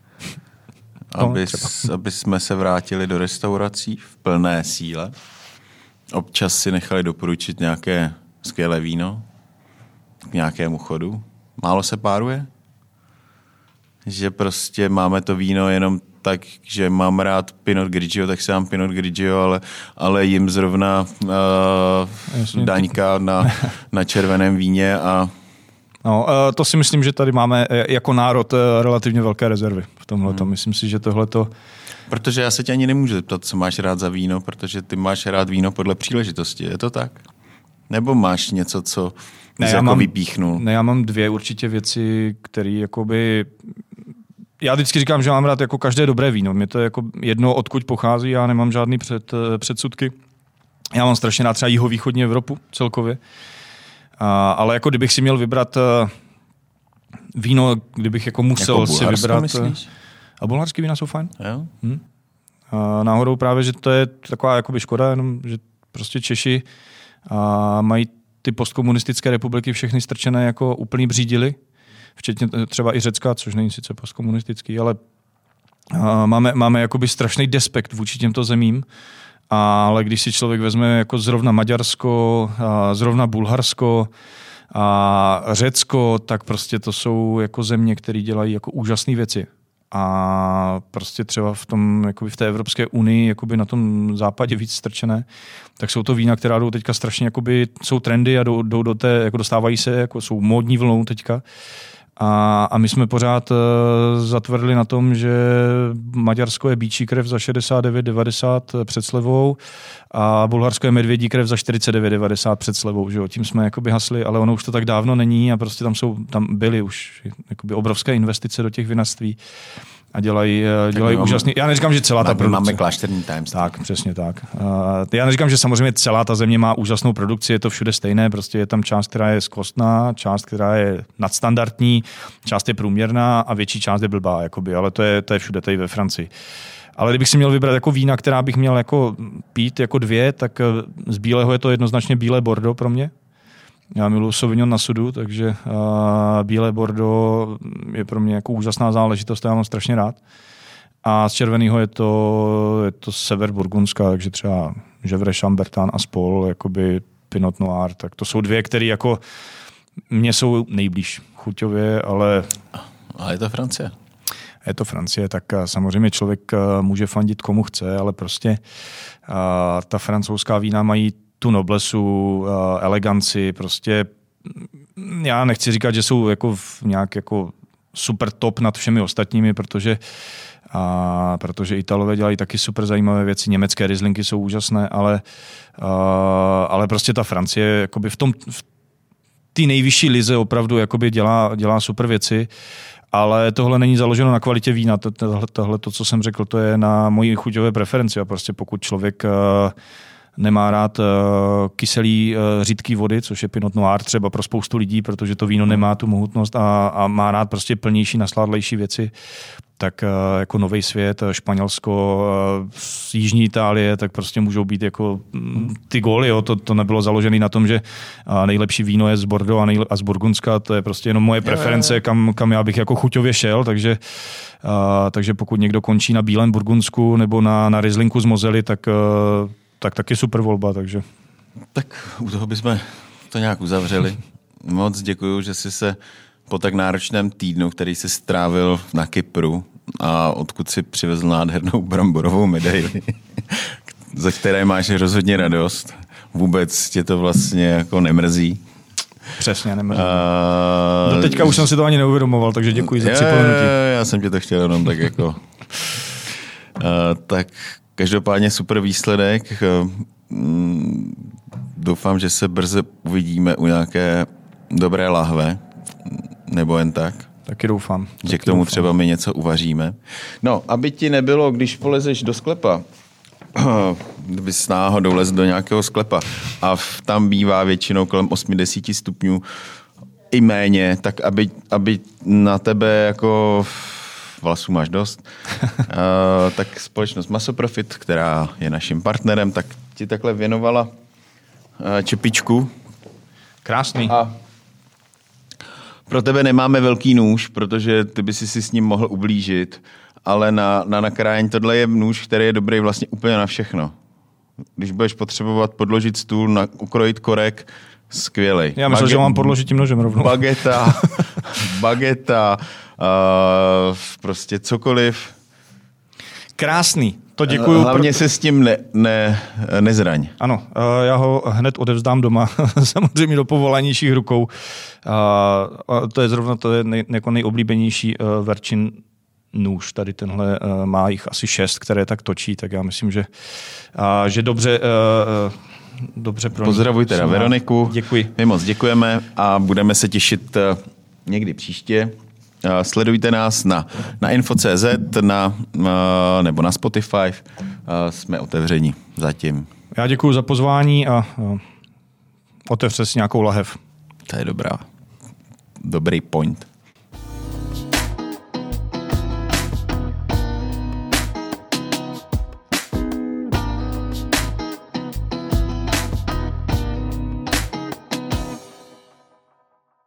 aby jsme se vrátili do restaurací v plné síle. Občas si nechali doporučit nějaké skvělé víno k nějakému chodu. Málo se páruje? Že prostě máme to víno jenom tak, že mám rád Pinot Grigio, tak si dám Pinot Grigio, ale jim zrovna daňka na červeném víně a... No, to si myslím, že tady máme jako národ relativně velké rezervy v tomhletom. Myslím si, že tohleto... Protože já se tě ani nemůžu zeptat, co máš rád za víno, protože ty máš rád víno podle příležitosti. Je to tak? Nebo máš něco, co jsi vypíchnul? Ne, já mám dvě určitě věci, které jakoby... Já vždycky říkám, že mám rád jako každé dobré víno. Mě to je jako jedno, odkud pochází, já nemám žádný předsudky. Já mám strašně rád třeba jihovýchodní Evropu celkově. Ale jako kdybych si měl vybrat víno, kdybych jako musel jako si vybrat... Myslíš? A bulharský vína jsou fajn. Jo? Náhodou právě, že to je taková jakoby škoda, jenom, že prostě Češi mají ty postkomunistické republiky všechny strčené jako úplný břídily. Včetně třeba i Řecka, což není sice postkomunistický, ale máme jakoby strašný despekt vůči těmto zemím, ale když si člověk vezme jako zrovna Maďarsko, zrovna Bulharsko a Řecko, tak prostě to jsou jako země, které dělají jako úžasné věci. A prostě třeba v té Evropské unii, jakoby na tom západě víc strčené, tak jsou to vína, která jdou teďka strašně, jakoby, jsou trendy a jdou do té, jako dostávají se, jako jsou módní vlnou teďka. A my jsme pořád zatvrdli na tom, že Maďarsko je býčí krev za 69,90 před slevou a Bulharsko je medvědí krev za 49,90 před slevou. Že jo? Tím jsme jakoby hasli, ale ono už to tak dávno není a prostě tam byly už jakoby obrovské investice do těch vinařství. A dělají úžasný. Já neříkám, že celá ta produkce. Máme klášterní tajemství. Tak, přesně tak. Já neříkám, že samozřejmě celá ta země má úžasnou produkci, je to všude stejné, prostě je tam část, která je skvostná, část, která je nadstandardní, část je průměrná a větší část je blbá, jakoby, ale to je všude, tady ve Francii. Ale kdybych si měl vybrat jako vína, která bych měl jako pít jako dvě, tak z bílého je to jednoznačně bílé Bordeaux pro mě. Já miluji Sauvignon na sudu, takže bílé Bordeaux je pro mě jako úžasná záležitost, já mám strašně rád. A z červeného je to sever Burgundska, takže třeba Gevrey, Chambertin a spol, jakoby Pinot Noir, tak to jsou dvě, které jako mně jsou nejblíž chuťově, ale... A je to Francie. Je to Francie, tak samozřejmě člověk může fandit komu chce, ale prostě ta francouzská vína mají tu noblesu, eleganci, prostě já nechci říkat, že jsou jako nějak jako super top nad všemi ostatními, protože Italové dělají taky super zajímavé věci, německé Rieslingy jsou úžasné, ale prostě ta Francie jakoby v té nejvyšší lize opravdu jakoby dělá super věci, ale tohle není založeno na kvalitě vína, tohle to, co jsem řekl, to je na mojí chuťové preferenci a prostě pokud člověk nemá rád kyselý řídký vody, což je Pinot Noir třeba pro spoustu lidí, protože to víno nemá tu mohutnost a má rád prostě plnější, nasládlejší věci. Tak jako Nový svět, Španělsko, Jižní Itálie, tak prostě můžou být jako ty góly. Jo. To nebylo založené na tom, že nejlepší víno je z Bordeaux a z Burgundska. To je prostě jenom moje preference, kam já bych jako chuťově šel. Takže pokud někdo končí na bílém Burgundsku nebo na Rieslinku z Mosely, tak taky super volba. Takže. Tak u toho bychom to nějak uzavřeli. Moc děkuju, že jsi se po tak náročném týdnu, který si strávil na Kypru a odkud si přivezl nádhernou bramborovou medaili, za které máš rozhodně radost. Vůbec tě to vlastně jako nemrzí. Přesně, nemrzí. Do teďka už jsem si to ani neuvědomoval, takže děkuji za připomenutí. Já jsem tě to chtěl jenom tak jako... Tak každopádně super výsledek. Doufám, že se brzy uvidíme u nějaké dobré lahve. Nebo jen tak. Taky doufám. Že k tomu třeba my něco uvaříme. No, aby ti nebylo, když polezeš do sklepa, kdybys náhodou lez do nějakého sklepa a tam bývá většinou kolem 80 stupňů i méně, tak aby na tebe jako vlasů máš dost, tak společnost Masoprofit, která je naším partnerem, tak ti takhle věnovala čepičku. Krásný. A pro tebe nemáme velký nůž, protože ty by si s ním mohl ublížit, ale na nakrájení tohle je nůž, který je dobrý vlastně úplně na všechno. Když budeš potřebovat podložit stůl, ukrojit korek, skvělej. Já myslím, že mám podložit tím nožem rovnou. Bageta, prostě cokoliv. Krásný. To děkuju. Hlavně se s tím nezraň. Ano, já ho hned odevzdám doma, samozřejmě do povolanějších rukou. To je zrovna jako nejoblíbenější Verčin nůž. Tady tenhle má jich asi 6, které tak točí, tak já myslím, že dobře pro Pozdravuj teda Veroniku. Děkuji. My moc děkujeme a budeme se těšit někdy příště. Sledujte nás na info.cz nebo na Spotify. Jsme otevření zatím. Já děkuji za pozvání a otevřte si nějakou lahev. To je dobrý point.